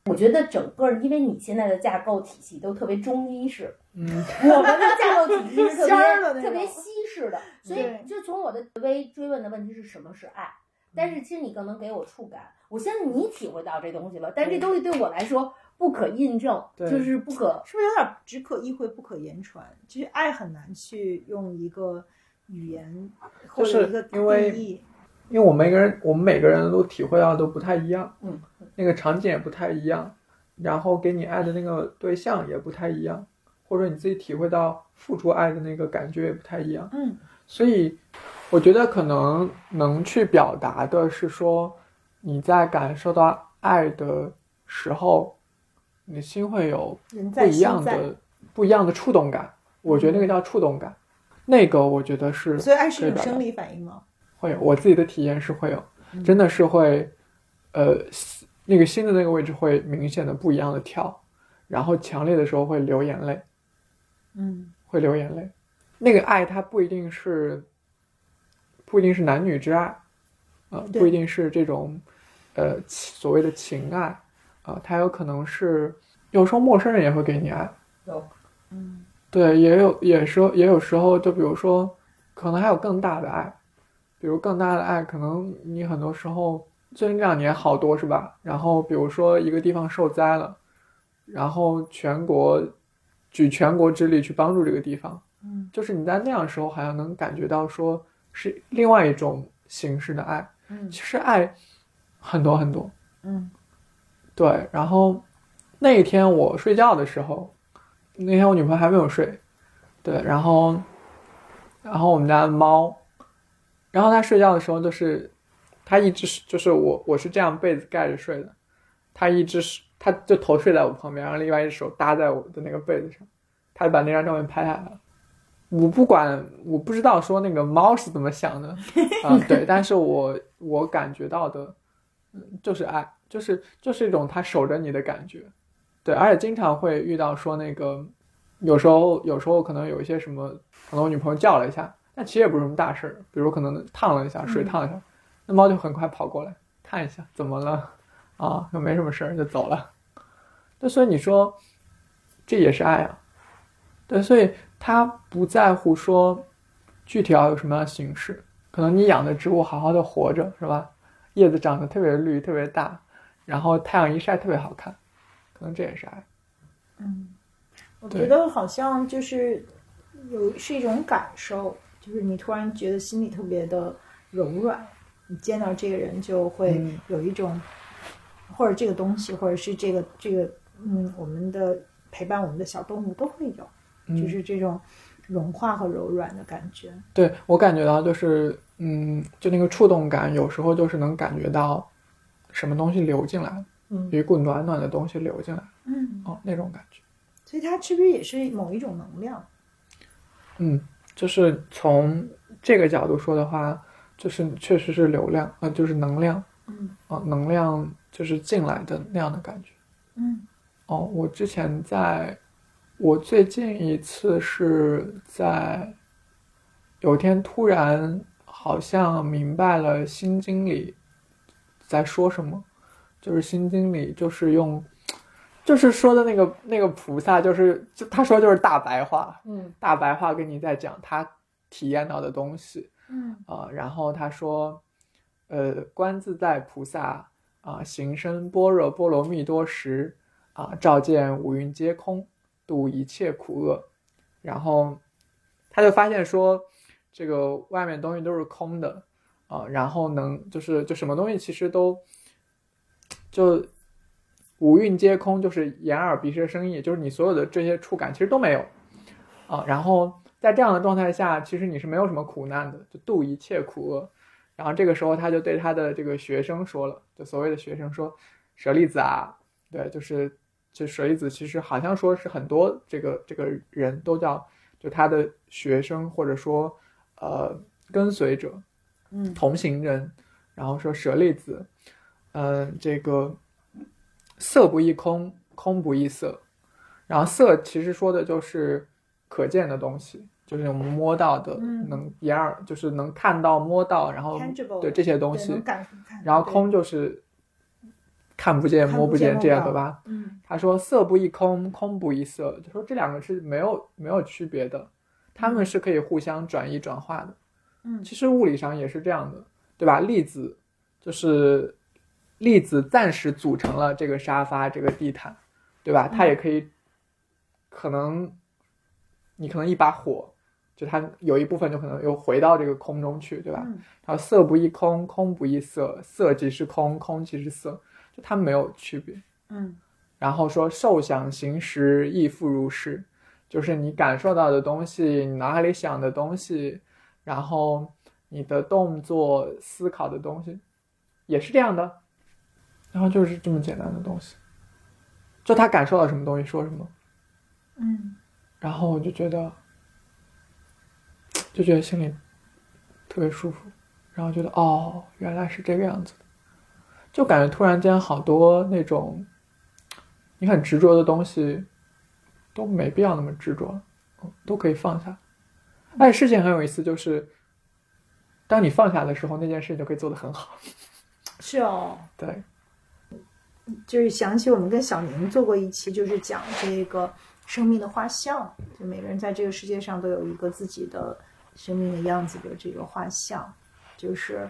Speaker 2: 我觉得整个因为你现在的架构体系都特别中医式，我们的架构体系是特别西式的，所以就从我的追问的问题是什么是爱，但是其实你更能给我触感，我相信你体会到这东西了，但这东西对我来说不可印证，就是不可，
Speaker 1: 是不是有点只可意会不可言传？其实爱很难去用一个语言或者一个定义，
Speaker 3: 因为我们每个人都体会到都不太一样，那个场景也不太一样，然后给你爱的那个对象也不太一样，或者你自己体会到付出爱的那个感觉也不太一样，所以我觉得可能能去表达的是说，你在感受到爱的时候，你的心会有不一样的触动感，我觉得那个叫触动感，那个我觉得是，
Speaker 1: 所以爱是一种生理反应吗？
Speaker 3: 会有，我自己的体验是会有，真的是会那个心的那个位置会明显的不一样的跳，然后强烈的时候会流眼泪，会流眼泪。那个爱它不一定是男女之爱，不一定是这种所谓的情爱，它有可能是有时候陌生人也会给你爱，对，也有时候就比如说可能还有更大的爱，比如更大的爱可能你很多时候最近这2年好多是吧，然后比如说一个地方受灾了，然后举全国之力去帮助这个地方，就是你在那样的时候好像能感觉到说是另外一种形式的爱，其实爱很多很多，对。然后那一天我睡觉的时候，那天我女朋友还没有睡，对，然后我们家的猫，然后她睡觉的时候就是她一直就是我是这样被子盖着睡的，她就头睡在我旁边，然后另外一只手搭在我的那个被子上，她就把那张照片拍下来了。我不知道说那个猫是怎么想的对，但是我感觉到的就是爱，就是一种它守着你的感觉，对。而且经常会遇到说那个有时候可能有一些什么，可能我女朋友叫了一下，但其实也不是什么大事，比如可能烫了一下，水烫了一下，那猫就很快跑过来看一下怎么了又没什么事就走了。对，所以你说这也是爱啊，对，所以他不在乎说具体要有什么样的形式，可能你养的植物好好的活着是吧，叶子长得特别绿特别大，然后太阳一晒特别好看，可能这也是爱。
Speaker 1: 我觉得好像就是是一种感受，就是你突然觉得心里特别的柔软，你见到这个人就会有一种或者这个东西，或者是这个我们的陪伴我们的小动物都会有，就是这种融化和柔软的感觉。
Speaker 3: 对，我感觉到就是就那个触动感，有时候就是能感觉到什么东西流进来，有一股暖暖的东西流进来，那种感觉。
Speaker 1: 所以它是不是也是某一种能量？
Speaker 3: 就是从这个角度说的话，就是确实是流量，就是能量，能量就是进来的那样的感觉。我最近一次是在有一天突然好像明白了心经里在说什么，就是心经里就是说的那个菩萨，就他说就是大白话，大白话跟你在讲他体验到的东西，然后他说，观自在菩萨行深般若波罗蜜多时照见五蕴皆空，度一切苦厄。然后他就发现说，这个外面东西都是空的然后就什么东西其实都就五蕴皆空，就是眼耳鼻舌身意，就是你所有的这些触感其实都没有然后在这样的状态下，其实你是没有什么苦难的，就度一切苦厄。然后这个时候他就对他的这个学生说了，就所谓的学生说，舍利子啊，对，就舍利子其实好像说是很多这个人都叫就他的学生或者说跟随者，同行人，然后说舍利子，这个色不异空，空不异色，然后色其实说的就是可见的东西，就是我们摸到的，能眼耳就是能看到摸到，然后对这些东西，然后空就是看不见摸不见这样的
Speaker 1: 吧。
Speaker 3: 吧。他说色不异空，空不异色，就说这两个是没有区别的，他们是可以互相转移转化的。其实物理上也是这样的，对吧？粒子暂时组成了这个沙发这个地毯，对吧？它也可以你可能一把火，就它有一部分就可能又回到这个空中去，对吧？然后色不异空，空不异色，色即是空，空即是色，就它们没有区别。然后说受想行识亦复如是，就是你感受到的东西，你脑海里想的东西，然后你的动作思考的东西也是这样的，然后就是这么简单的东西，就他感受到什么东西说什么。然后我就觉得心里特别舒服，然后觉得哦，原来是这个样子的，就感觉突然间好多那种你很执着的东西都没必要那么执着，都可以放下。而且事情很有意思，就是当你放下的时候，那件事就可以做得很好。
Speaker 1: 是哦，
Speaker 3: 对，
Speaker 1: 就是想起我们跟小宁做过一期，就是讲这个生命的画像，就每个人在这个世界上都有一个自己的生命的样子的这个画像，就是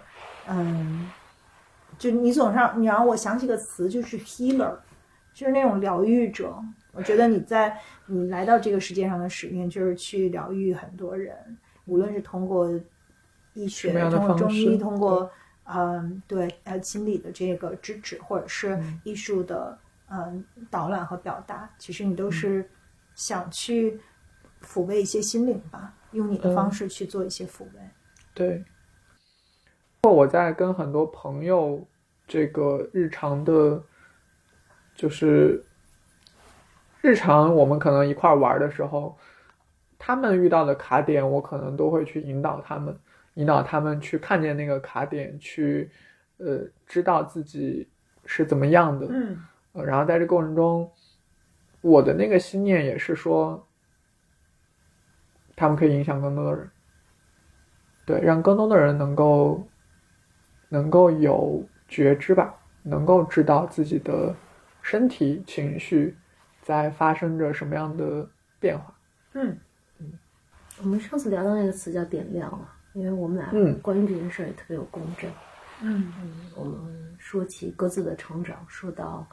Speaker 1: 就你让我想起个词，就是 healer， 就是那种疗愈者。我觉得你来到这个世界上的使命就是去疗愈很多人，无论是通过医学、通过中医、通过心理的这个支持，或者是艺术的导览和表达，其实你都是想去抚慰一些心灵吧，用你的方式去做一些抚慰。
Speaker 3: 对，我在跟很多朋友这个日常的，就是日常我们可能一块玩的时候，他们遇到的卡点，我可能都会去引导他们去看见那个卡点，去知道自己是怎么样的。然后在这过程中，我的那个心念也是说，他们可以影响更多的人，对，让更多的人能够有觉知吧，能够知道自己的身体情绪在发生着什么样的变化。
Speaker 2: 我们上次聊到那个词叫点亮了，因为我们俩关于这件事也特别有共振。我们说起各自的成长，说到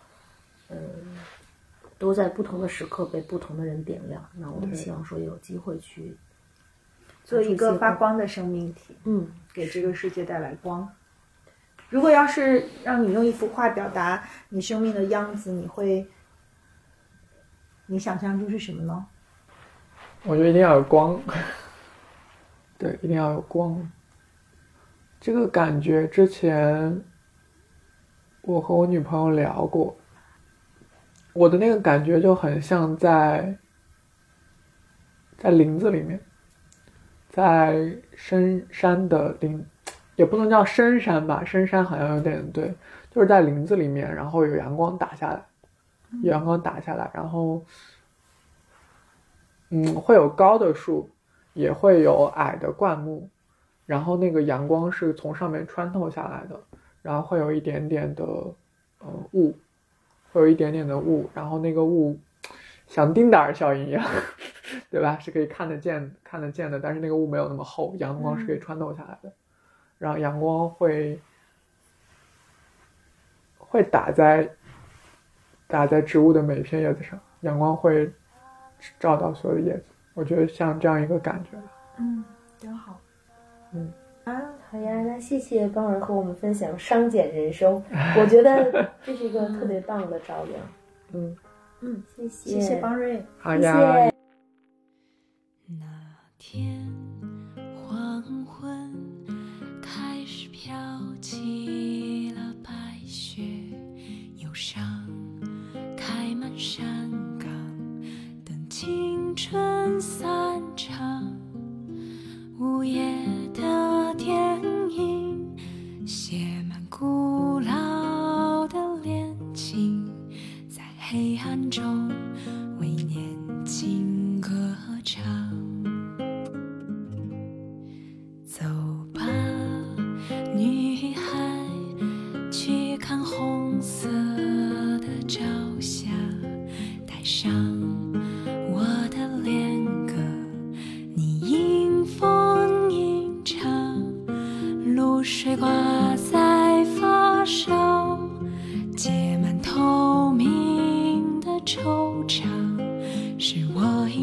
Speaker 2: 都在不同的时刻被不同的人点亮，那我们希望说有机会去
Speaker 1: 做一个发光的生命体，给这个世界带来光。如果要是让你用一幅画表达你生命的样子，你想象中是什么呢？
Speaker 3: 我觉得一定要有光。对，一定要有光。这个感觉之前我和我女朋友聊过，我的那个感觉就很像在林子里面，在深山的林，也不能叫深山吧，深山好像有点对，就是在林子里面，然后有阳光打下来，然后会有高的树，也会有矮的灌木，然后那个阳光是从上面穿透下来的，然后会有一点点的雾，然后那个雾像丁达尔效应一样，对吧？是可以看得见的，但是那个雾没有那么厚，阳光是可以穿透下来的，然后阳光会打在植物的每一片叶子上，阳光会照到所有的叶子，我觉得像这样一个感觉。
Speaker 1: 真好。
Speaker 2: 好呀，那谢谢邦儿和我们分享商检人生，我觉得这是一个特别棒的照亮。谢谢
Speaker 1: 邦瑞。
Speaker 3: 好呀。
Speaker 4: 那天黄昏开始飘起了白雪，忧伤开满山岗，等青春散场。午夜的电影写满古老的恋情，在黑暗中为年轻歌唱。走吧，女孩，去看红色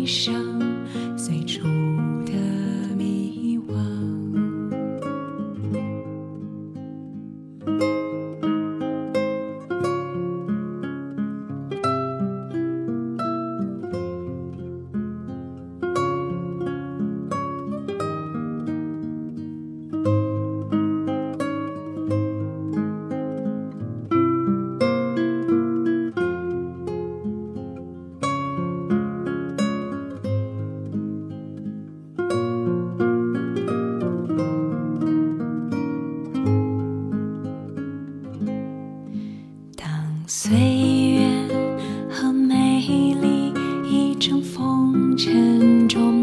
Speaker 4: 生最初的迷惘。岁月和美丽已乘风沉着